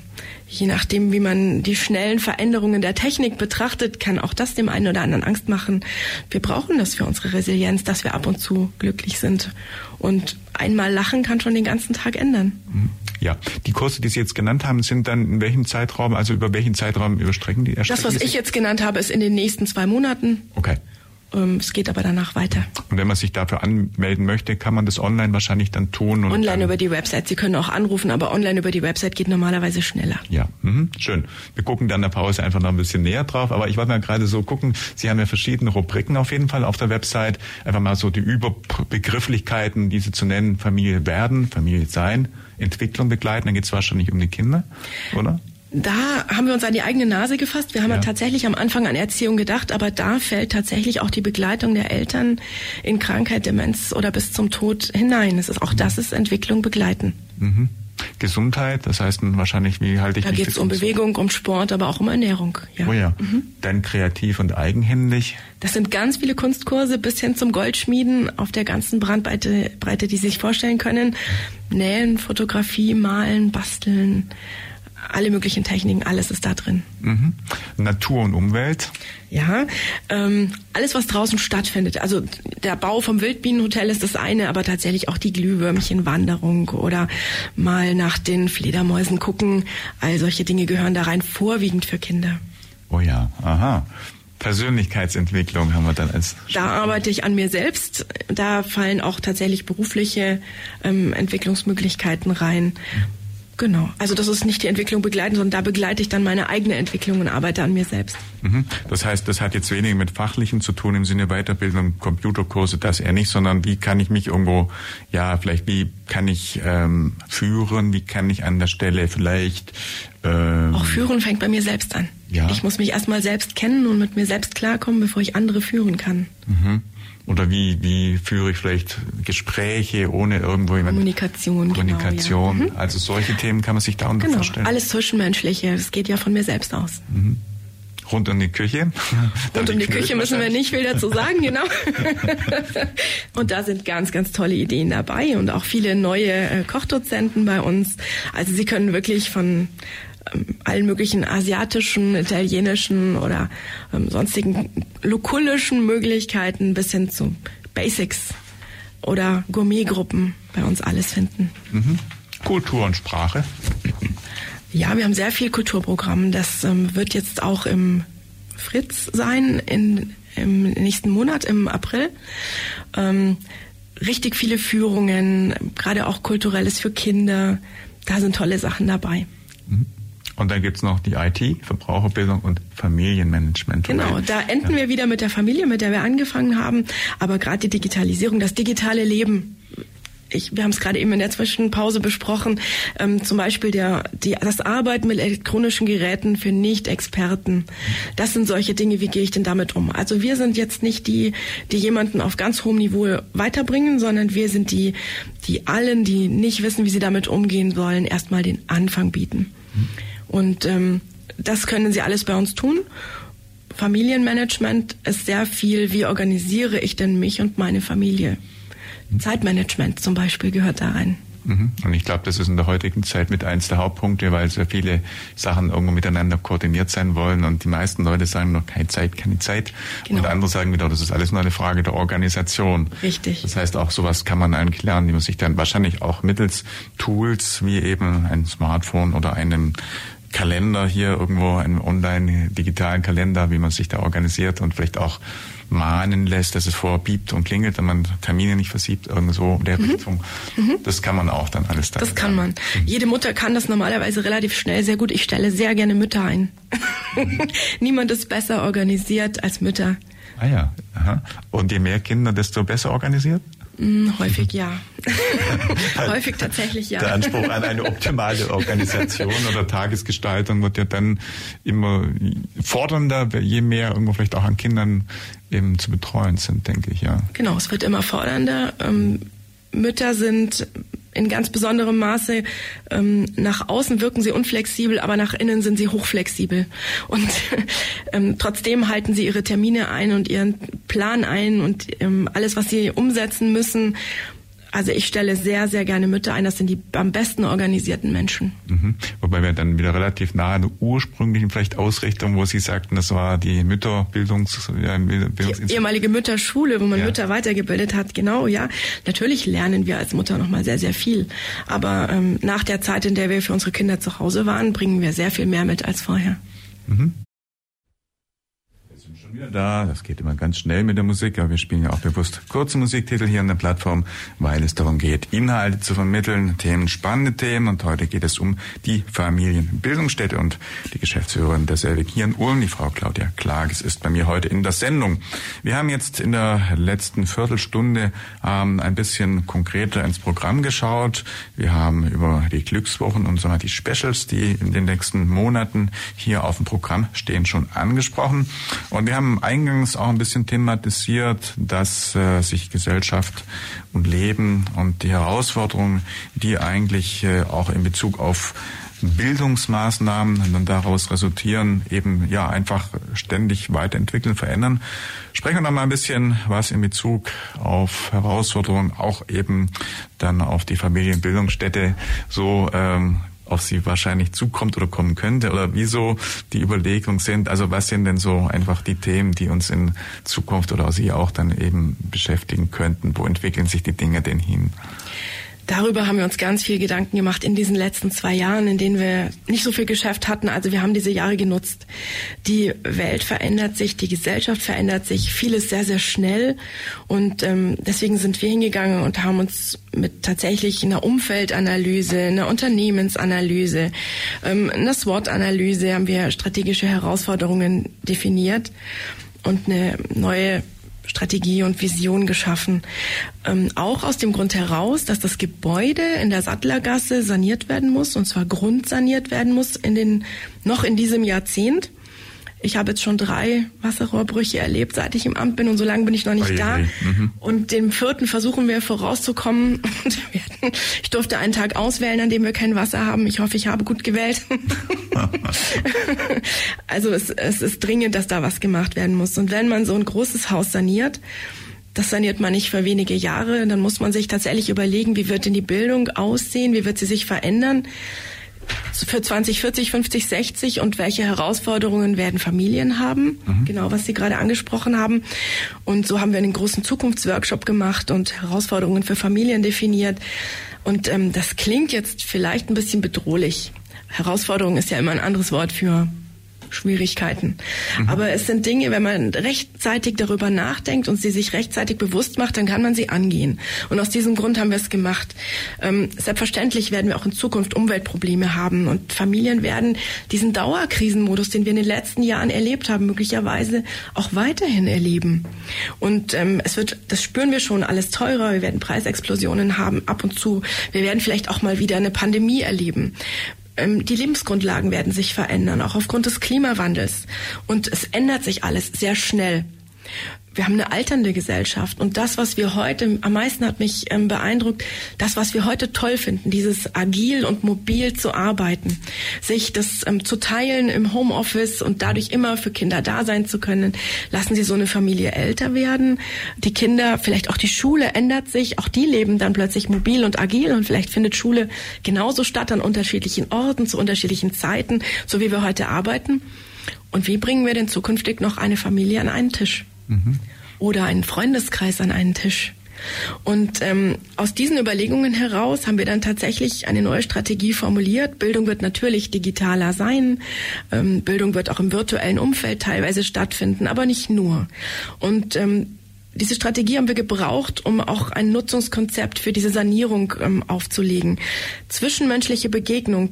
je nachdem, wie man die schnellen Veränderungen der Technik betrachtet, kann auch das dem einen oder anderen Angst machen. Wir brauchen das für unsere Resilienz, dass wir ab und zu glücklich sind. Und einmal lachen kann schon den ganzen Tag ändern. Ja, die Kurse, die Sie jetzt genannt haben, sind dann in welchem Zeitraum, also über welchen Zeitraum überstrecken die? Das, was ich jetzt genannt habe, ist in den nächsten 2 Monaten. Okay. Es geht aber danach weiter. Und wenn man sich dafür anmelden möchte, kann man das online wahrscheinlich dann tun? Und online über die Website. Sie können auch anrufen, aber online über die Website geht normalerweise schneller. Ja, schön. Wir gucken dann in der Pause einfach noch ein bisschen näher drauf. Aber ich wollte mal gerade so gucken, Sie haben ja verschiedene Rubriken auf jeden Fall auf der Website. Einfach mal so die Überbegrifflichkeiten, die Sie zu nennen: Familie werden, Familie sein, Entwicklung begleiten. Dann geht es wahrscheinlich um die Kinder, oder? Da haben wir uns an die eigene Nase gefasst. Wir haben ja tatsächlich am Anfang an Erziehung gedacht, aber da fällt tatsächlich auch die Begleitung der Eltern in Krankheit, Demenz oder bis zum Tod hinein. Das ist Entwicklung begleiten. Gesundheit, das heißt wahrscheinlich, wie halte ich mich fit? Da geht es um Bewegung, um Sport, aber auch um Ernährung. Ja. Oh ja. Dann kreativ und eigenhändig. Das sind ganz viele Kunstkurse bis hin zum Goldschmieden auf der ganzen Breite, die Sie sich vorstellen können. Nähen, Fotografie, Malen, Basteln. Alle möglichen Techniken, alles ist da drin. Natur und Umwelt? Ja, alles, was draußen stattfindet. Also der Bau vom Wildbienenhotel ist das eine, aber tatsächlich auch die Glühwürmchenwanderung oder mal nach den Fledermäusen gucken. All solche Dinge gehören da rein, vorwiegend für Kinder. Oh ja, aha. Persönlichkeitsentwicklung haben wir dann als... Da arbeite ich an mir selbst. Da fallen auch tatsächlich berufliche Entwicklungsmöglichkeiten rein. Genau. Also das ist nicht die Entwicklung begleiten, sondern da begleite ich dann meine eigene Entwicklung und arbeite an mir selbst. Das heißt, das hat jetzt weniger mit Fachlichem zu tun im Sinne Weiterbildung, Computerkurse, das eher nicht, sondern wie kann ich mich irgendwo, vielleicht wie kann ich führen, wie kann ich an der Stelle vielleicht... Auch führen fängt bei mir selbst an. Ja. Ich muss mich erstmal selbst kennen und mit mir selbst klarkommen, bevor ich andere führen kann. Oder wie führe ich vielleicht Gespräche ohne irgendwo jemanden... Kommunikation. Genau, ja. Also solche Themen kann man sich darunter vorstellen. Alles Zwischenmenschliche. Das geht ja von mir selbst aus. Rund um die Küche? Rund um die Küche müssen wir nicht viel dazu sagen, genau. Und da sind ganz, ganz tolle Ideen dabei und auch viele neue Kochdozenten bei uns. Also Sie können wirklich von allen möglichen asiatischen, italienischen oder sonstigen lokulischen Möglichkeiten bis hin zu Basics oder Gourmetgruppen bei uns alles finden. Kultur und Sprache? Ja, wir haben sehr viel Kulturprogramm. Das wird jetzt auch im Fritz sein im nächsten Monat, im April. Richtig viele Führungen, gerade auch Kulturelles für Kinder. Da sind tolle Sachen dabei. Und dann gibt's noch die IT, Verbraucherbildung und Familienmanagement. Genau, da enden wir wieder mit der Familie, mit der wir angefangen haben. Aber gerade die Digitalisierung, das digitale Leben, wir haben es gerade eben in der Zwischenpause besprochen, zum Beispiel das Arbeiten mit elektronischen Geräten für Nicht-Experten. Das sind solche Dinge, wie gehe ich denn damit um? Also wir sind jetzt nicht die jemanden auf ganz hohem Niveau weiterbringen, sondern wir sind die allen, die nicht wissen, wie sie damit umgehen sollen, erstmal den Anfang bieten. Und das können sie alles bei uns tun. Familienmanagement ist sehr viel, wie organisiere ich denn mich und meine Familie? Zeitmanagement zum Beispiel gehört da rein. Und ich glaube, das ist in der heutigen Zeit mit eins der Hauptpunkte, weil sehr viele Sachen irgendwo miteinander koordiniert sein wollen und die meisten Leute sagen noch keine Zeit. Genau. Und andere sagen wieder, das ist alles nur eine Frage der Organisation. Richtig. Das heißt, auch sowas kann man eigentlich lernen, wie man sich dann wahrscheinlich auch mittels Tools wie eben ein Smartphone oder einem Kalender hier irgendwo, einen online-digitalen Kalender, wie man sich da organisiert und vielleicht auch mahnen lässt, dass es vorher piept und klingelt, wenn man Termine nicht versiebt, irgendwo in der Richtung. Das kann man auch dann alles da. Das kann man. Jede Mutter kann das normalerweise relativ schnell sehr gut. Ich stelle sehr gerne Mütter ein. Niemand ist besser organisiert als Mütter. Ah ja, aha. Und je mehr Kinder, desto besser organisiert? Häufig ja. Häufig tatsächlich ja. Der Anspruch an eine optimale Organisation oder Tagesgestaltung wird ja dann immer fordernder, je mehr irgendwo vielleicht auch an Kindern eben zu betreuen sind, denke ich, ja. Genau, es wird immer fordernder. Mütter sind in ganz besonderem Maße, nach außen wirken sie unflexibel, aber nach innen sind sie hochflexibel. Und trotzdem halten sie ihre Termine ein und ihren Plan ein und alles, was sie umsetzen müssen, Also ich stelle sehr, sehr gerne Mütter ein. Das sind die am besten organisierten Menschen. Wobei wir dann wieder relativ nahe an der ursprünglichen vielleicht Ausrichtung, wo Sie sagten, das war die Die ehemalige Mütterschule, wo man Mütter weitergebildet hat. Genau, ja. Natürlich lernen wir als Mutter nochmal sehr, sehr viel. Aber nach der Zeit, in der wir für unsere Kinder zu Hause waren, bringen wir sehr viel mehr mit als vorher. Wieder da, das geht immer ganz schnell mit der Musik, aber wir spielen ja auch bewusst kurze Musiktitel hier an der Plattform, weil es darum geht, Inhalte zu vermitteln, spannende Themen, und heute geht es um die Familienbildungsstätte, und die Geschäftsführerin derselben hier in Ulm, die Frau Claudia Klages, ist bei mir heute in der Sendung. Wir haben jetzt in der letzten Viertelstunde ein bisschen konkreter ins Programm geschaut. Wir haben über die Glückswochen und die Specials, die in den nächsten Monaten hier auf dem Programm stehen, schon angesprochen. Und wir haben eingangs auch ein bisschen thematisiert, dass sich Gesellschaft und Leben und die Herausforderungen, die eigentlich auch in Bezug auf Bildungsmaßnahmen und dann daraus resultieren, eben einfach ständig weiterentwickeln, verändern. Sprechen wir noch mal ein bisschen, was in Bezug auf Herausforderungen auch eben dann auf die Familienbildungsstätte so auf Sie wahrscheinlich zukommt oder kommen könnte, oder wieso die Überlegungen sind. Also was sind denn so einfach die Themen, die uns in Zukunft oder Sie auch dann eben beschäftigen könnten? Wo entwickeln sich die Dinge denn hin? Darüber haben wir uns ganz viel Gedanken gemacht in diesen letzten 2 Jahren, in denen wir nicht so viel Geschäft hatten. Also wir haben diese Jahre genutzt. Die Welt verändert sich, die Gesellschaft verändert sich, vieles sehr, sehr schnell. Und deswegen sind wir hingegangen und haben uns mit tatsächlich einer Umfeldanalyse, einer Unternehmensanalyse, einer SWOT-Analyse haben wir strategische Herausforderungen definiert und eine neue Strategie und Vision geschaffen. Auch aus dem Grund heraus, dass das Gebäude in der Sattlergasse saniert werden muss, und zwar grundsaniert werden muss noch in diesem Jahrzehnt. Ich habe jetzt schon 3 Wasserrohrbrüche erlebt, seit ich im Amt bin, und so lange bin ich noch nicht da. Und dem 4. versuchen wir vorauszukommen. Und ich durfte einen Tag auswählen, an dem wir kein Wasser haben. Ich hoffe, ich habe gut gewählt. Also es ist dringend, dass da was gemacht werden muss. Und wenn man so ein großes Haus saniert, das saniert man nicht für wenige Jahre, dann muss man sich tatsächlich überlegen, wie wird denn die Bildung aussehen, wie wird sie sich verändern für 2040, 50, 60, und welche Herausforderungen werden Familien haben, genau was Sie gerade angesprochen haben. Und so haben wir einen großen Zukunftsworkshop gemacht und Herausforderungen für Familien definiert. Und das klingt jetzt vielleicht ein bisschen bedrohlich. Herausforderung ist ja immer ein anderes Wort für Schwierigkeiten. Aber es sind Dinge, wenn man rechtzeitig darüber nachdenkt und sie sich rechtzeitig bewusst macht, dann kann man sie angehen. Und aus diesem Grund haben wir es gemacht. Selbstverständlich werden wir auch in Zukunft Umweltprobleme haben, und Familien werden diesen Dauerkrisenmodus, den wir in den letzten Jahren erlebt haben, möglicherweise auch weiterhin erleben. Und das spüren wir schon, alles teurer. Wir werden Preisexplosionen haben ab und zu. Wir werden vielleicht auch mal wieder eine Pandemie erleben. Die Lebensgrundlagen werden sich verändern, auch aufgrund des Klimawandels. Und es ändert sich alles sehr schnell. Wir haben eine alternde Gesellschaft, und das, was wir heute, am meisten hat mich beeindruckt, das, was wir heute toll finden, dieses agil und mobil zu arbeiten, sich das zu teilen im Homeoffice und dadurch immer für Kinder da sein zu können. Lassen Sie so eine Familie älter werden, die Kinder, vielleicht auch die Schule ändert sich, auch die leben dann plötzlich mobil und agil, und vielleicht findet Schule genauso statt an unterschiedlichen Orten, zu unterschiedlichen Zeiten, so wie wir heute arbeiten. Und wie bringen wir denn zukünftig noch eine Familie an einen Tisch? Oder einen Freundeskreis an einen Tisch? Und aus diesen Überlegungen heraus haben wir dann tatsächlich eine neue Strategie formuliert. Bildung wird natürlich digitaler sein. Bildung wird auch im virtuellen Umfeld teilweise stattfinden, aber nicht nur. Und diese Strategie haben wir gebraucht, um auch ein Nutzungskonzept für diese Sanierung aufzulegen. Zwischenmenschliche Begegnung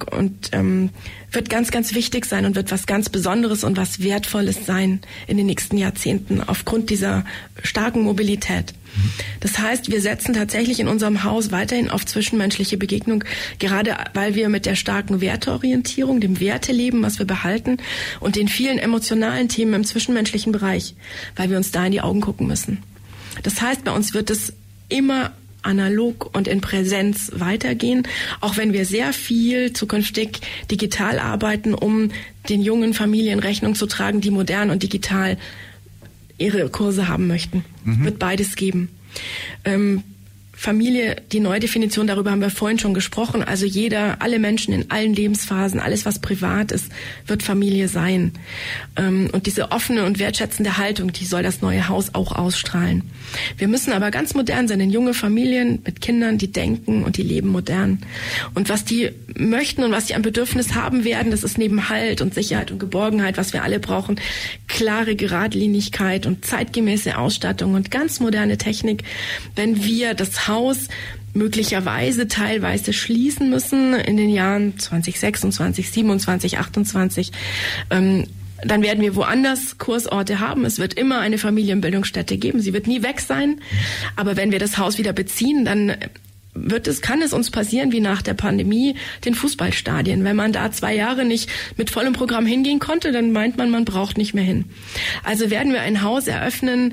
wird ganz, ganz wichtig sein und wird was ganz Besonderes und was Wertvolles sein in den nächsten Jahrzehnten aufgrund dieser starken Mobilität. Das heißt, wir setzen tatsächlich in unserem Haus weiterhin auf zwischenmenschliche Begegnung, gerade weil wir mit der starken Werteorientierung, dem Werteleben, was wir behalten, und den vielen emotionalen Themen im zwischenmenschlichen Bereich, weil wir uns da in die Augen gucken müssen. Das heißt, bei uns wird es immer analog und in Präsenz weitergehen, auch wenn wir sehr viel zukünftig digital arbeiten, um den jungen Familien Rechnung zu tragen, die modern und digital ihre Kurse haben möchten. Wird beides geben. Familie, die neue Definition, darüber haben wir vorhin schon gesprochen. Also alle Menschen in allen Lebensphasen, alles was privat ist, wird Familie sein. Und diese offene und wertschätzende Haltung, die soll das neue Haus auch ausstrahlen. Wir müssen aber ganz modern sein in junge Familien mit Kindern, die denken und die leben modern. Und was die möchten und was die an Bedürfnis haben werden, das ist neben Halt und Sicherheit und Geborgenheit, was wir alle brauchen, klare Geradlinigkeit und zeitgemäße Ausstattung und ganz moderne Technik. Wenn wir das Haus möglicherweise teilweise schließen müssen in den Jahren 2026, 27, 28, dann werden wir woanders Kursorte haben. Es wird immer eine Familienbildungsstätte geben. Sie wird nie weg sein. Aber wenn wir das Haus wieder beziehen, dann kann es uns passieren wie nach der Pandemie den Fußballstadien. Wenn man da 2 Jahre nicht mit vollem Programm hingehen konnte, dann meint man braucht nicht mehr hin. Also werden wir ein Haus eröffnen,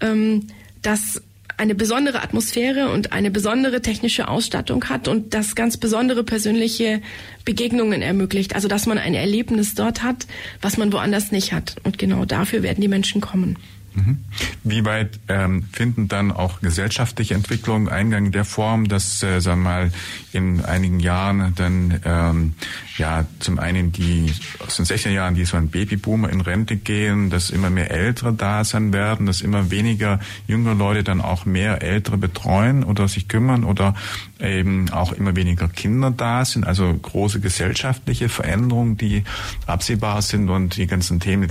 das eine besondere Atmosphäre und eine besondere technische Ausstattung hat und das ganz besondere persönliche Begegnungen ermöglicht. Also dass man ein Erlebnis dort hat, was man woanders nicht hat. Und genau dafür werden die Menschen kommen. Wie weit finden dann auch gesellschaftliche Entwicklungen Eingang in der Form, dass, sagen wir mal, in einigen Jahren dann zum einen die aus den 60er Jahren, die so ein Babyboomer in Rente gehen, dass immer mehr Ältere da sein werden, dass immer weniger jüngere Leute dann auch mehr Ältere betreuen oder sich kümmern oder eben auch immer weniger Kinder da sind, also große gesellschaftliche Veränderungen, die absehbar sind und die ganzen Themen,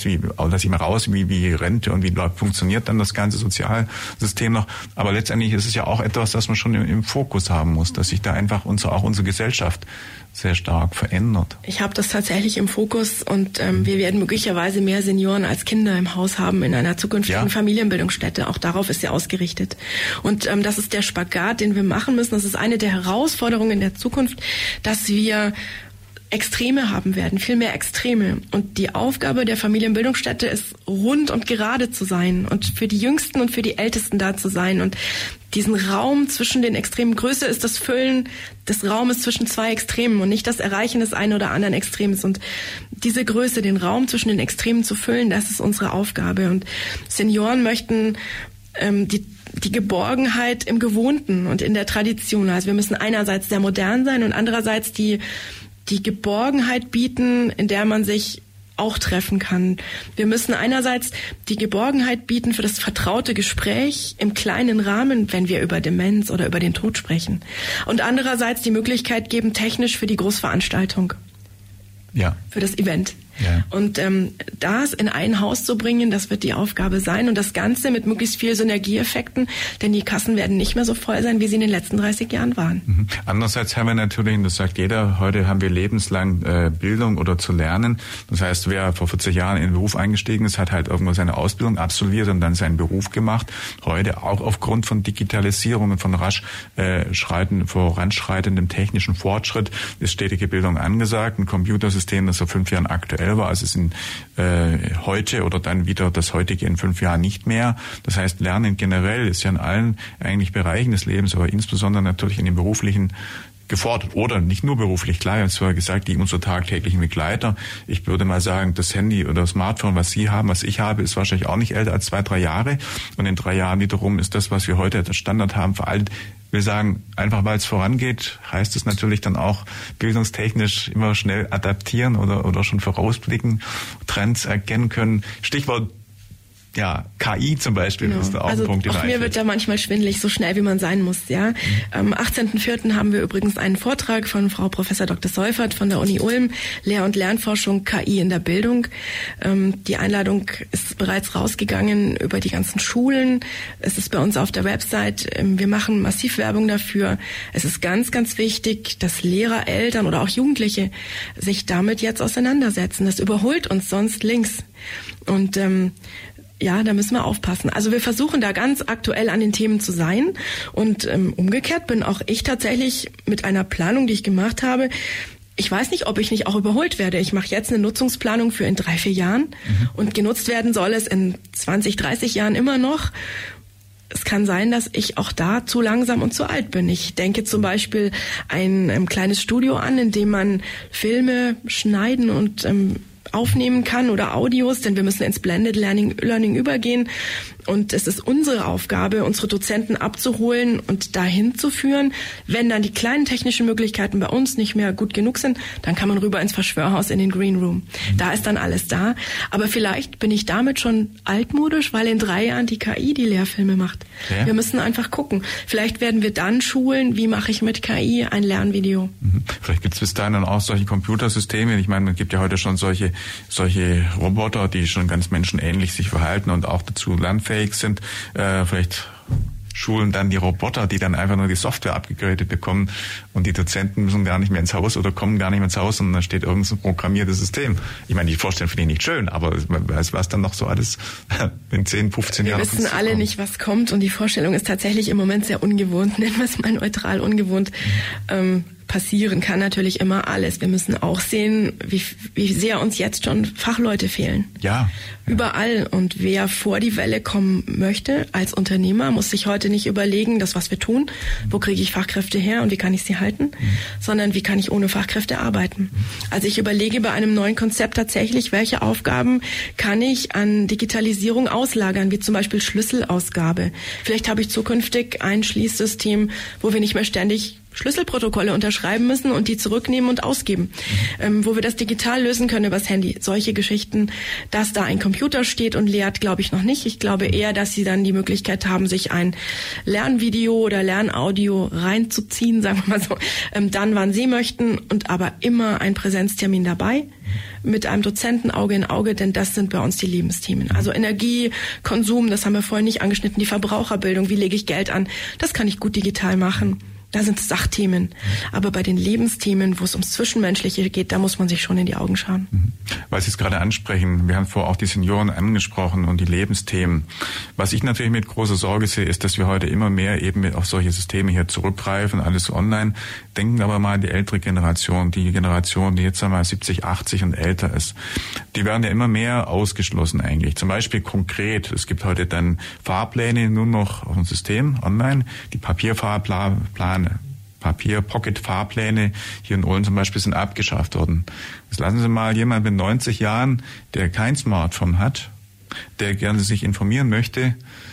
wie Rente und wie funktioniert dann das ganze Sozialsystem noch. Aber letztendlich ist es ja auch etwas, das man schon im Fokus haben muss, dass sich da einfach unsere Gesellschaft sehr stark verändert. Ich habe das tatsächlich im Fokus und wir werden möglicherweise mehr Senioren als Kinder im Haus haben in einer zukünftigen Familienbildungsstätte. Auch darauf ist sie ausgerichtet. Und das ist der Spagat, den wir machen müssen. Das ist eine der Herausforderungen in der Zukunft, dass wir Extreme haben werden, viel mehr Extreme. Und die Aufgabe der Familienbildungsstätte ist, rund und gerade zu sein und für die Jüngsten und für die Ältesten da zu sein und diesen Raum zwischen den Extremen. Größe ist das Füllen des Raumes zwischen 2 Extremen und nicht das Erreichen des einen oder anderen Extrems. Und diese Größe, den Raum zwischen den Extremen zu füllen, das ist unsere Aufgabe. Und Senioren möchten die Geborgenheit im Gewohnten und in der Tradition. Also wir müssen einerseits sehr modern sein und andererseits die Geborgenheit bieten, in der man sich auch treffen kann. Wir müssen einerseits die Geborgenheit bieten für das vertraute Gespräch im kleinen Rahmen, wenn wir über Demenz oder über den Tod sprechen. Und andererseits die Möglichkeit geben, technisch für die Großveranstaltung. Ja. Für das Event. Ja. Und das in ein Haus zu bringen, das wird die Aufgabe sein. Und das Ganze mit möglichst viel Synergieeffekten, denn die Kassen werden nicht mehr so voll sein, wie sie in den letzten 30 Jahren waren. Mhm. Andererseits haben wir natürlich, und das sagt jeder, heute haben wir lebenslang Bildung oder zu lernen. Das heißt, wer vor 40 Jahren in den Beruf eingestiegen ist, hat halt irgendwo seine Ausbildung absolviert und dann seinen Beruf gemacht. Heute auch aufgrund von Digitalisierung und von voranschreitendem technischen Fortschritt ist stetige Bildung angesagt. Ein Computersystem, das vor 5 Jahren aktuell war, also sind heute oder dann wieder das heutige in 5 Jahren nicht mehr. Das heißt, Lernen generell ist ja in allen eigentlich Bereichen des Lebens, aber insbesondere natürlich in den beruflichen gefordert oder nicht nur beruflich. Klar, ich habe zwar gesagt, die unsere tagtäglichen Begleiter. Ich würde mal sagen, das Handy oder das Smartphone, was Sie haben, was ich habe, ist wahrscheinlich auch nicht älter als 2, 3 Jahre. Und in 3 Jahren wiederum ist das, was wir heute als Standard haben, veraltet. Wir sagen, einfach weil es vorangeht, heißt es natürlich dann auch bildungstechnisch immer schnell adaptieren oder schon vorausblicken, Trends erkennen können. Stichwort KI zum Beispiel ist da auch ein Punkt. Auch mir wird da manchmal schwindelig, so schnell wie man sein muss. Ja, Am 18.04. haben wir übrigens einen Vortrag von Frau Professor Dr. Seufert von der Uni Ulm, Lehr- und Lernforschung KI in der Bildung. Die Einladung ist bereits rausgegangen über die ganzen Schulen. Es ist bei uns auf der Website. Wir machen massiv Werbung dafür. Es ist ganz, ganz wichtig, dass Lehrer, Eltern oder auch Jugendliche sich damit jetzt auseinandersetzen. Das überholt uns sonst links. Und da müssen wir aufpassen. Also wir versuchen da ganz aktuell an den Themen zu sein und umgekehrt bin auch ich tatsächlich mit einer Planung, die ich gemacht habe. Ich weiß nicht, ob ich nicht auch überholt werde. Ich mache jetzt eine Nutzungsplanung für in 3, 4 Jahren und genutzt werden soll es in 20, 30 Jahren immer noch. Es kann sein, dass ich auch da zu langsam und zu alt bin. Ich denke zum Beispiel ein kleines Studio an, in dem man Filme schneiden und aufnehmen kann oder Audios, denn wir müssen ins Blended Learning übergehen. Und es ist unsere Aufgabe, unsere Dozenten abzuholen und dahin zu führen. Wenn dann die kleinen technischen Möglichkeiten bei uns nicht mehr gut genug sind, dann kann man rüber ins Verschwörhaus in den Green Room. Da ist dann alles da. Aber vielleicht bin ich damit schon altmodisch, weil in 3 Jahren die KI die Lehrfilme macht. Ja. Wir müssen einfach gucken. Vielleicht werden wir dann schulen, wie mache ich mit KI ein Lernvideo. Vielleicht gibt es bis dahin dann auch solche Computersysteme. Ich meine, man gibt ja heute schon solche Roboter, die schon ganz menschenähnlich sich verhalten und auch dazu lernfähig sind. Vielleicht schulen dann die Roboter, die dann einfach nur die Software abgegradet bekommen und die Dozenten müssen gar nicht mehr ins Haus oder kommen gar nicht mehr ins Haus und da steht irgendein programmiertes System. Ich meine, die Vorstellung finde ich nicht schön, aber was dann noch so alles in 10, 15 Jahren. Wir wissen alle nicht, was kommt und die Vorstellung ist tatsächlich im Moment sehr ungewohnt, nennen wir es mal neutral ungewohnt. Passieren kann natürlich immer alles. Wir müssen auch sehen, wie sehr uns jetzt schon Fachleute fehlen. Ja. Überall. Und wer vor die Welle kommen möchte als Unternehmer, muss sich heute nicht überlegen, das, was wir tun, wo kriege ich Fachkräfte her und wie kann ich sie halten, sondern wie kann ich ohne Fachkräfte arbeiten. Also ich überlege bei einem neuen Konzept tatsächlich, welche Aufgaben kann ich an Digitalisierung auslagern, wie zum Beispiel Schlüsselausgabe. Vielleicht habe ich zukünftig ein Schließsystem, wo wir nicht mehr ständig Schlüsselprotokolle unterschreiben müssen und die zurücknehmen und ausgeben, wo wir das digital lösen können übers Handy. Solche Geschichten, dass da ein Computer steht und lehrt, glaube ich noch nicht. Ich glaube eher, dass sie dann die Möglichkeit haben, sich ein Lernvideo oder Lernaudio reinzuziehen, sagen wir mal so, dann, wann sie möchten und aber immer ein Präsenztermin dabei mit einem Dozenten Auge in Auge, denn das sind bei uns die Lebensthemen. Also Energie, Konsum, das haben wir vorhin nicht angeschnitten, die Verbraucherbildung, wie lege ich Geld an, das kann ich gut digital machen. Da sind Sachthemen. Aber bei den Lebensthemen, wo es ums Zwischenmenschliche geht, da muss man sich schon in die Augen schauen. Weil Sie es gerade ansprechen, wir haben vorher auch die Senioren angesprochen und die Lebensthemen. Was ich natürlich mit großer Sorge sehe, ist, dass wir heute immer mehr eben auf solche Systeme hier zurückgreifen, alles online. Denken aber mal an die ältere Generation, die Generation, die jetzt einmal 70, 80 und älter ist. Die werden ja immer mehr ausgeschlossen eigentlich. Zum Beispiel konkret, es gibt heute dann Fahrpläne nur noch auf dem System online, die Papier-Pocket-Fahrpläne hier in Ulm zum Beispiel sind abgeschafft worden. Jetzt lassen Sie mal jemand mit 90 Jahren, der kein Smartphone hat, der gerne sich informieren möchte,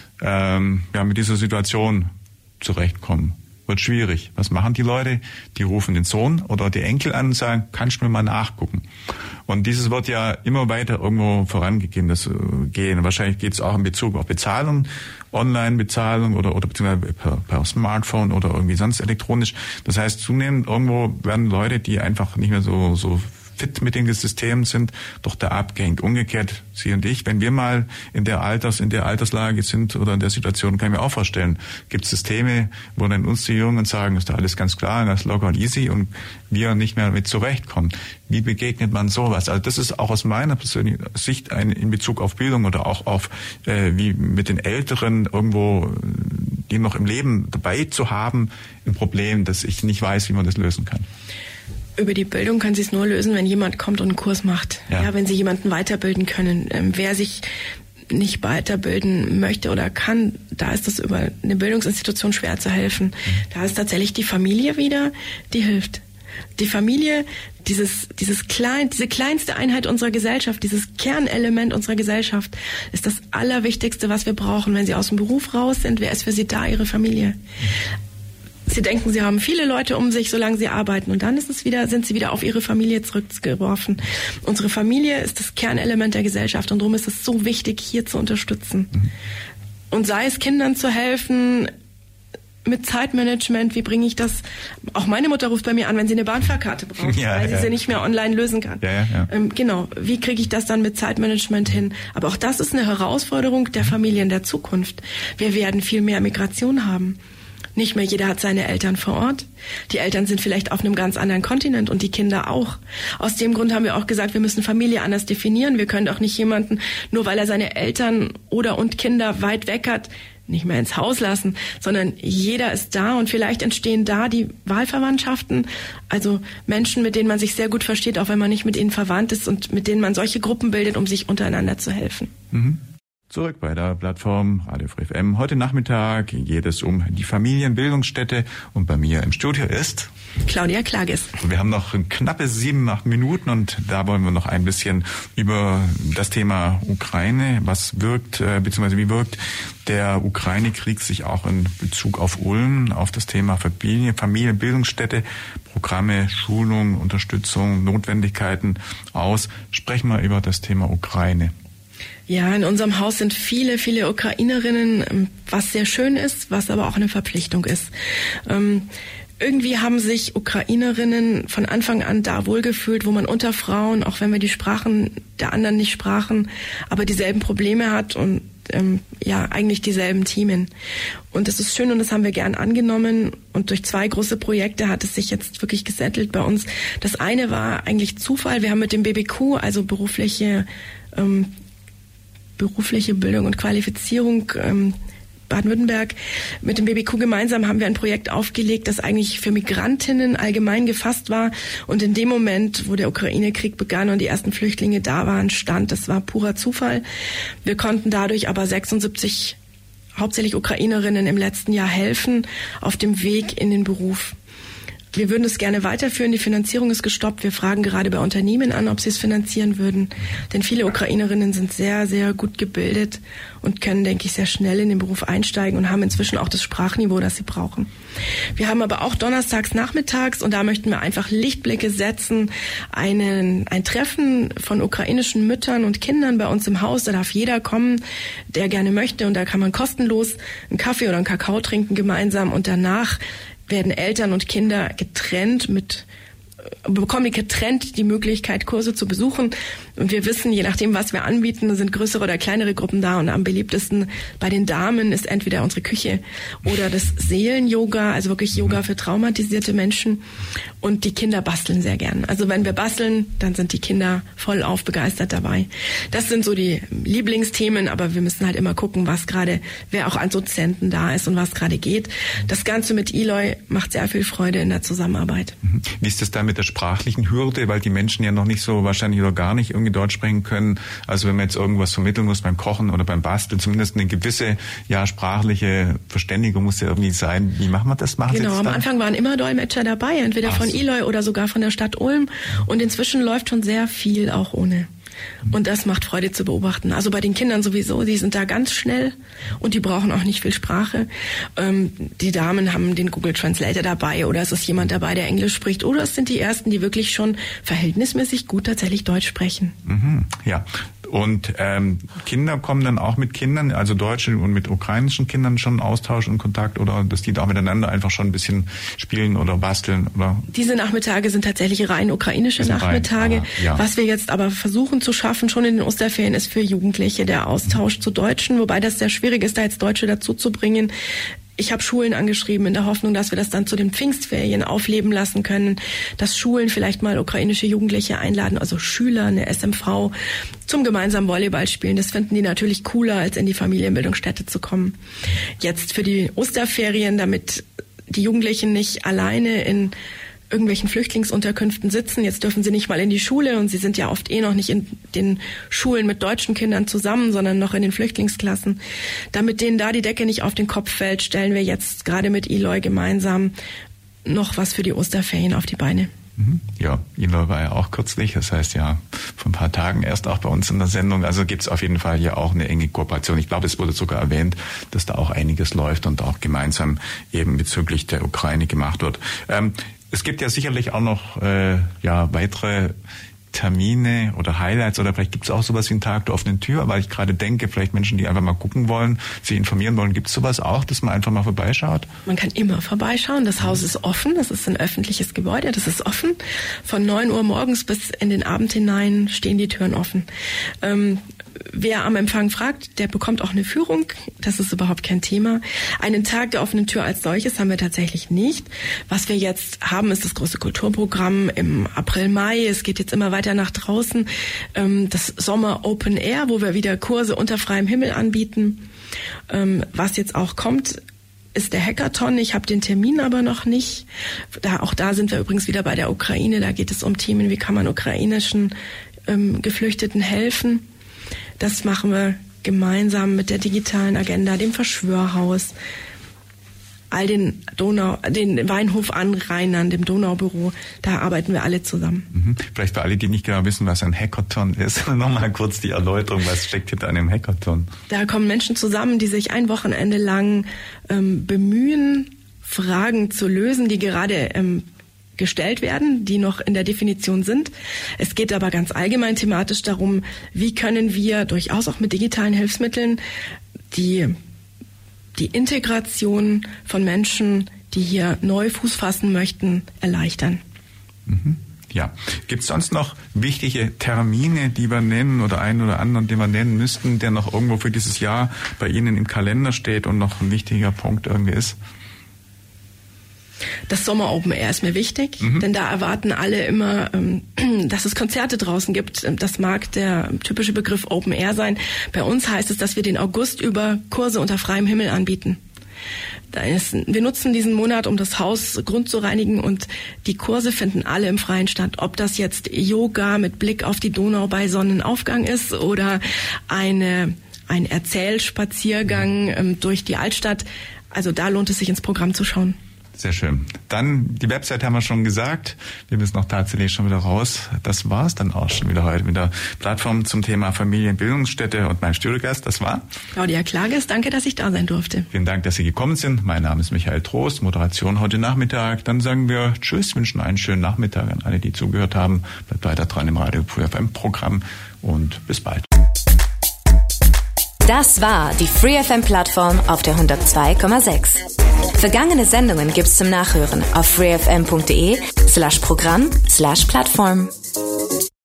mit dieser Situation zurechtkommen. Wird schwierig. Was machen die Leute? Die rufen den Sohn oder die Enkel an und sagen, kannst du mir mal nachgucken? Und dieses wird ja immer weiter irgendwo vorangegeben, das gehen. Wahrscheinlich geht es auch in Bezug auf Bezahlung, Online-Bezahlung oder beziehungsweise per Smartphone oder irgendwie sonst elektronisch. Das heißt, zunehmend irgendwo werden Leute, die einfach nicht mehr so fit mit den Systemen sind, doch da abgehängt. Umgekehrt, Sie und ich, wenn wir mal in der Alterslage sind oder in der Situation, kann ich mir auch vorstellen, gibt es Systeme, wo dann uns die Jungen sagen, ist da alles ganz klar, ganz locker und easy und wir nicht mehr mit zurechtkommen. Wie begegnet man sowas? Also das ist auch aus meiner persönlichen Sicht in Bezug auf Bildung oder auch auf wie mit den Älteren irgendwo, die noch im Leben dabei zu haben, ein Problem, dass ich nicht weiß, wie man das lösen kann. Über die Bildung kann sie es nur lösen, wenn jemand kommt und einen Kurs macht. Ja, wenn sie jemanden weiterbilden können. Wer sich nicht weiterbilden möchte oder kann, da ist das über eine Bildungsinstitution schwer zu helfen. Da ist tatsächlich die Familie wieder, die hilft. Die Familie, diese kleinste Einheit unserer Gesellschaft, dieses Kernelement unserer Gesellschaft, ist das Allerwichtigste, was wir brauchen. Wenn sie aus dem Beruf raus sind, wer ist für sie da? Ihre Familie. Sie denken, sie haben viele Leute um sich, solange sie arbeiten. Und dann sind sie wieder auf ihre Familie zurückgeworfen. Unsere Familie ist das Kernelement der Gesellschaft und darum ist es so wichtig, hier zu unterstützen. Und sei es Kindern zu helfen, mit Zeitmanagement, wie bringe ich das? Auch meine Mutter ruft bei mir an, wenn sie eine Bahnfahrkarte braucht, weil sie nicht mehr online lösen kann. Genau, wie kriege ich das dann mit Zeitmanagement hin? Aber auch das ist eine Herausforderung der Familien der Zukunft. Wir werden viel mehr Migration haben. Nicht mehr jeder hat seine Eltern vor Ort. Die Eltern sind vielleicht auf einem ganz anderen Kontinent und die Kinder auch. Aus dem Grund haben wir auch gesagt, wir müssen Familie anders definieren. Wir können auch nicht jemanden, nur weil er seine Eltern und Kinder weit weg hat, nicht mehr ins Haus lassen, sondern jeder ist da und vielleicht entstehen da die Wahlverwandtschaften, also Menschen, mit denen man sich sehr gut versteht, auch wenn man nicht mit ihnen verwandt ist und mit denen man solche Gruppen bildet, um sich untereinander zu helfen. Zurück bei der Plattform Radio Free FM. Heute Nachmittag geht es um die Familienbildungsstätte und bei mir im Studio ist Claudia Klages. Wir haben noch knappe 7-8 Minuten und da wollen wir noch ein bisschen über das Thema Ukraine, was wirkt, beziehungsweise wie wirkt der Ukraine-Krieg sich auch in Bezug auf Ulm, auf das Thema Familienbildungsstätte, Programme, Schulung, Unterstützung, Notwendigkeiten aus. Sprechen wir über das Thema Ukraine. Ja, in unserem Haus sind viele, viele Ukrainerinnen, was sehr schön ist, was aber auch eine Verpflichtung ist. Irgendwie haben sich Ukrainerinnen von Anfang an da wohlgefühlt, wo man unter Frauen, auch wenn wir die Sprachen der anderen nicht sprachen, aber dieselben Probleme hat und eigentlich dieselben Themen. Und das ist schön und das haben wir gern angenommen. Und durch 2 große Projekte hat es sich jetzt wirklich gesettelt bei uns. Das eine war eigentlich Zufall. Wir haben mit dem BBQ, also berufliche Bildung und Qualifizierung Baden-Württemberg, mit dem BBQ gemeinsam haben wir ein Projekt aufgelegt, das eigentlich für Migrantinnen allgemein gefasst war. Und in dem Moment, wo der Ukraine-Krieg begann und die ersten Flüchtlinge da waren, das war purer Zufall. Wir konnten dadurch aber 76 hauptsächlich Ukrainerinnen im letzten Jahr helfen auf dem Weg in den Beruf. Wir würden es gerne weiterführen. Die Finanzierung ist gestoppt. Wir fragen gerade bei Unternehmen an, ob sie es finanzieren würden. Denn viele Ukrainerinnen sind sehr, sehr gut gebildet und können, denke ich, sehr schnell in den Beruf einsteigen und haben inzwischen auch das Sprachniveau, das sie brauchen. Wir haben aber auch donnerstags nachmittags, und da möchten wir einfach Lichtblicke setzen, ein Treffen von ukrainischen Müttern und Kindern bei uns im Haus. Da darf jeder kommen, der gerne möchte. Und da kann man kostenlos einen Kaffee oder einen Kakao trinken gemeinsam. Und danach werden Eltern und Kinder bekommen getrennt die Möglichkeit, Kurse zu besuchen. Und wir wissen, je nachdem, was wir anbieten, sind größere oder kleinere Gruppen da. Und am beliebtesten bei den Damen ist entweder unsere Küche oder das Seelen-Yoga, also wirklich Yoga für traumatisierte Menschen. Und die Kinder basteln sehr gern. Also wenn wir basteln, dann sind die Kinder vollauf begeistert dabei. Das sind so die Lieblingsthemen, aber wir müssen halt immer gucken, wer auch an Dozenten da ist und was gerade geht. Das Ganze mit Eloy macht sehr viel Freude in der Zusammenarbeit. Wie ist das da mit der sprachlichen Hürde, weil die Menschen ja noch nicht so wahrscheinlich oder gar nicht irgendwie Deutsch sprechen können? Also wenn man jetzt irgendwas vermitteln muss beim Kochen oder beim Basteln, zumindest eine gewisse sprachliche Verständigung muss ja irgendwie sein. Wie machen wir das? Genau, am Anfang waren immer Dolmetscher dabei, entweder von Eloy oder sogar von der Stadt Ulm. Und inzwischen läuft schon sehr viel auch ohne. Und das macht Freude zu beobachten. Also bei den Kindern sowieso, die sind da ganz schnell und die brauchen auch nicht viel Sprache. Die Damen haben den Google Translator dabei oder es ist jemand dabei, der Englisch spricht. Oder es sind die Ersten, die wirklich schon verhältnismäßig gut tatsächlich Deutsch sprechen. Mhm, ja. Und Kinder kommen dann auch mit Kindern, also deutsche und mit ukrainischen Kindern schon Austausch und Kontakt oder dass die da miteinander einfach schon ein bisschen spielen oder basteln? Oder? Diese Nachmittage sind tatsächlich rein ukrainische Nachmittage. Ja. Was wir jetzt aber versuchen zu schaffen, schon in den Osterferien, ist für Jugendliche der Austausch zu Deutschen, wobei das sehr schwierig ist, da jetzt Deutsche dazu zu bringen. Ich habe Schulen angeschrieben in der Hoffnung, dass wir das dann zu den Pfingstferien aufleben lassen können, dass Schulen vielleicht mal ukrainische Jugendliche einladen, also Schüler, eine SMV, zum gemeinsamen Volleyball spielen. Das finden die natürlich cooler, als in die Familienbildungsstätte zu kommen. Jetzt für die Osterferien, damit die Jugendlichen nicht alleine in irgendwelchen Flüchtlingsunterkünften sitzen. Jetzt dürfen sie nicht mal in die Schule und sie sind ja oft noch nicht in den Schulen mit deutschen Kindern zusammen, sondern noch in den Flüchtlingsklassen. Damit denen da die Decke nicht auf den Kopf fällt, stellen wir jetzt gerade mit Eloy gemeinsam noch was für die Osterferien auf die Beine. Ja, Eloy war ja auch kürzlich, das heißt ja vor ein paar Tagen erst auch bei uns in der Sendung. Also gibt es auf jeden Fall hier auch eine enge Kooperation. Ich glaube, es wurde sogar erwähnt, dass da auch einiges läuft und auch gemeinsam eben bezüglich der Ukraine gemacht wird. Es gibt ja sicherlich auch noch weitere Termine oder Highlights oder vielleicht gibt es auch sowas wie einen Tag der offenen Tür, weil ich gerade denke, vielleicht Menschen, die einfach mal gucken wollen, sich informieren wollen, gibt es sowas auch, dass man einfach mal vorbeischaut? Man kann immer vorbeischauen. Das Haus ist offen, das ist ein öffentliches Gebäude, das ist offen. Von 9 Uhr morgens bis in den Abend hinein stehen die Türen offen. Wer am Empfang fragt, der bekommt auch eine Führung. Das ist überhaupt kein Thema. Einen Tag der offenen Tür als solches haben wir tatsächlich nicht. Was wir jetzt haben, ist das große Kulturprogramm im April, Mai. Es geht jetzt immer weiter nach draußen. Das Sommer Open Air, wo wir wieder Kurse unter freiem Himmel anbieten. Was jetzt auch kommt, ist der Hackathon. Ich habe den Termin aber noch nicht. Auch da sind wir übrigens wieder bei der Ukraine. Da geht es um Themen, wie kann man ukrainischen Geflüchteten helfen. Das machen wir gemeinsam mit der digitalen Agenda, dem Verschwörhaus, all den Weinhof-Anrainern, dem Donaubüro, da arbeiten wir alle zusammen. Vielleicht für alle, die nicht genau wissen, was ein Hackathon ist, nochmal kurz die Erläuterung, was steckt hinter einem Hackathon? Da kommen Menschen zusammen, die sich ein Wochenende lang bemühen, Fragen zu lösen, die gerade gestellt werden, die noch in der Definition sind. Es geht aber ganz allgemein thematisch darum, wie können wir durchaus auch mit digitalen Hilfsmitteln die Integration von Menschen, die hier neu Fuß fassen möchten, erleichtern. Ja. Gibt es sonst noch wichtige Termine, die wir nennen oder einen oder anderen, den wir nennen müssten, der noch irgendwo für dieses Jahr bei Ihnen im Kalender steht und noch ein wichtiger Punkt irgendwie ist? Das Sommer Open Air ist mir wichtig, denn da erwarten alle immer, dass es Konzerte draußen gibt. Das mag der typische Begriff Open Air sein. Bei uns heißt es, dass wir den August über Kurse unter freiem Himmel anbieten. Wir nutzen diesen Monat, um das Haus grundzureinigen, und die Kurse finden alle im Freien statt. Ob das jetzt Yoga mit Blick auf die Donau bei Sonnenaufgang ist oder ein Erzählspaziergang durch die Altstadt. Also da lohnt es sich, ins Programm zu schauen. Sehr schön. Dann, die Website haben wir schon gesagt. Wir müssen auch tatsächlich schon wieder raus. Das war's dann auch schon wieder heute mit der Plattform zum Thema Familienbildungsstätte. Und mein Studiogast, das war Claudia Klages. Danke, dass ich da sein durfte. Vielen Dank, dass Sie gekommen sind. Mein Name ist Michael Trost, Moderation heute Nachmittag. Dann sagen wir Tschüss, wünschen einen schönen Nachmittag an alle, die zugehört haben. Bleibt weiter dran im Radio Free FM Programm und bis bald. Das war die Free FM Plattform auf der 102,6. Vergangene Sendungen gibt's zum Nachhören auf freefm.de/Programm/Plattform.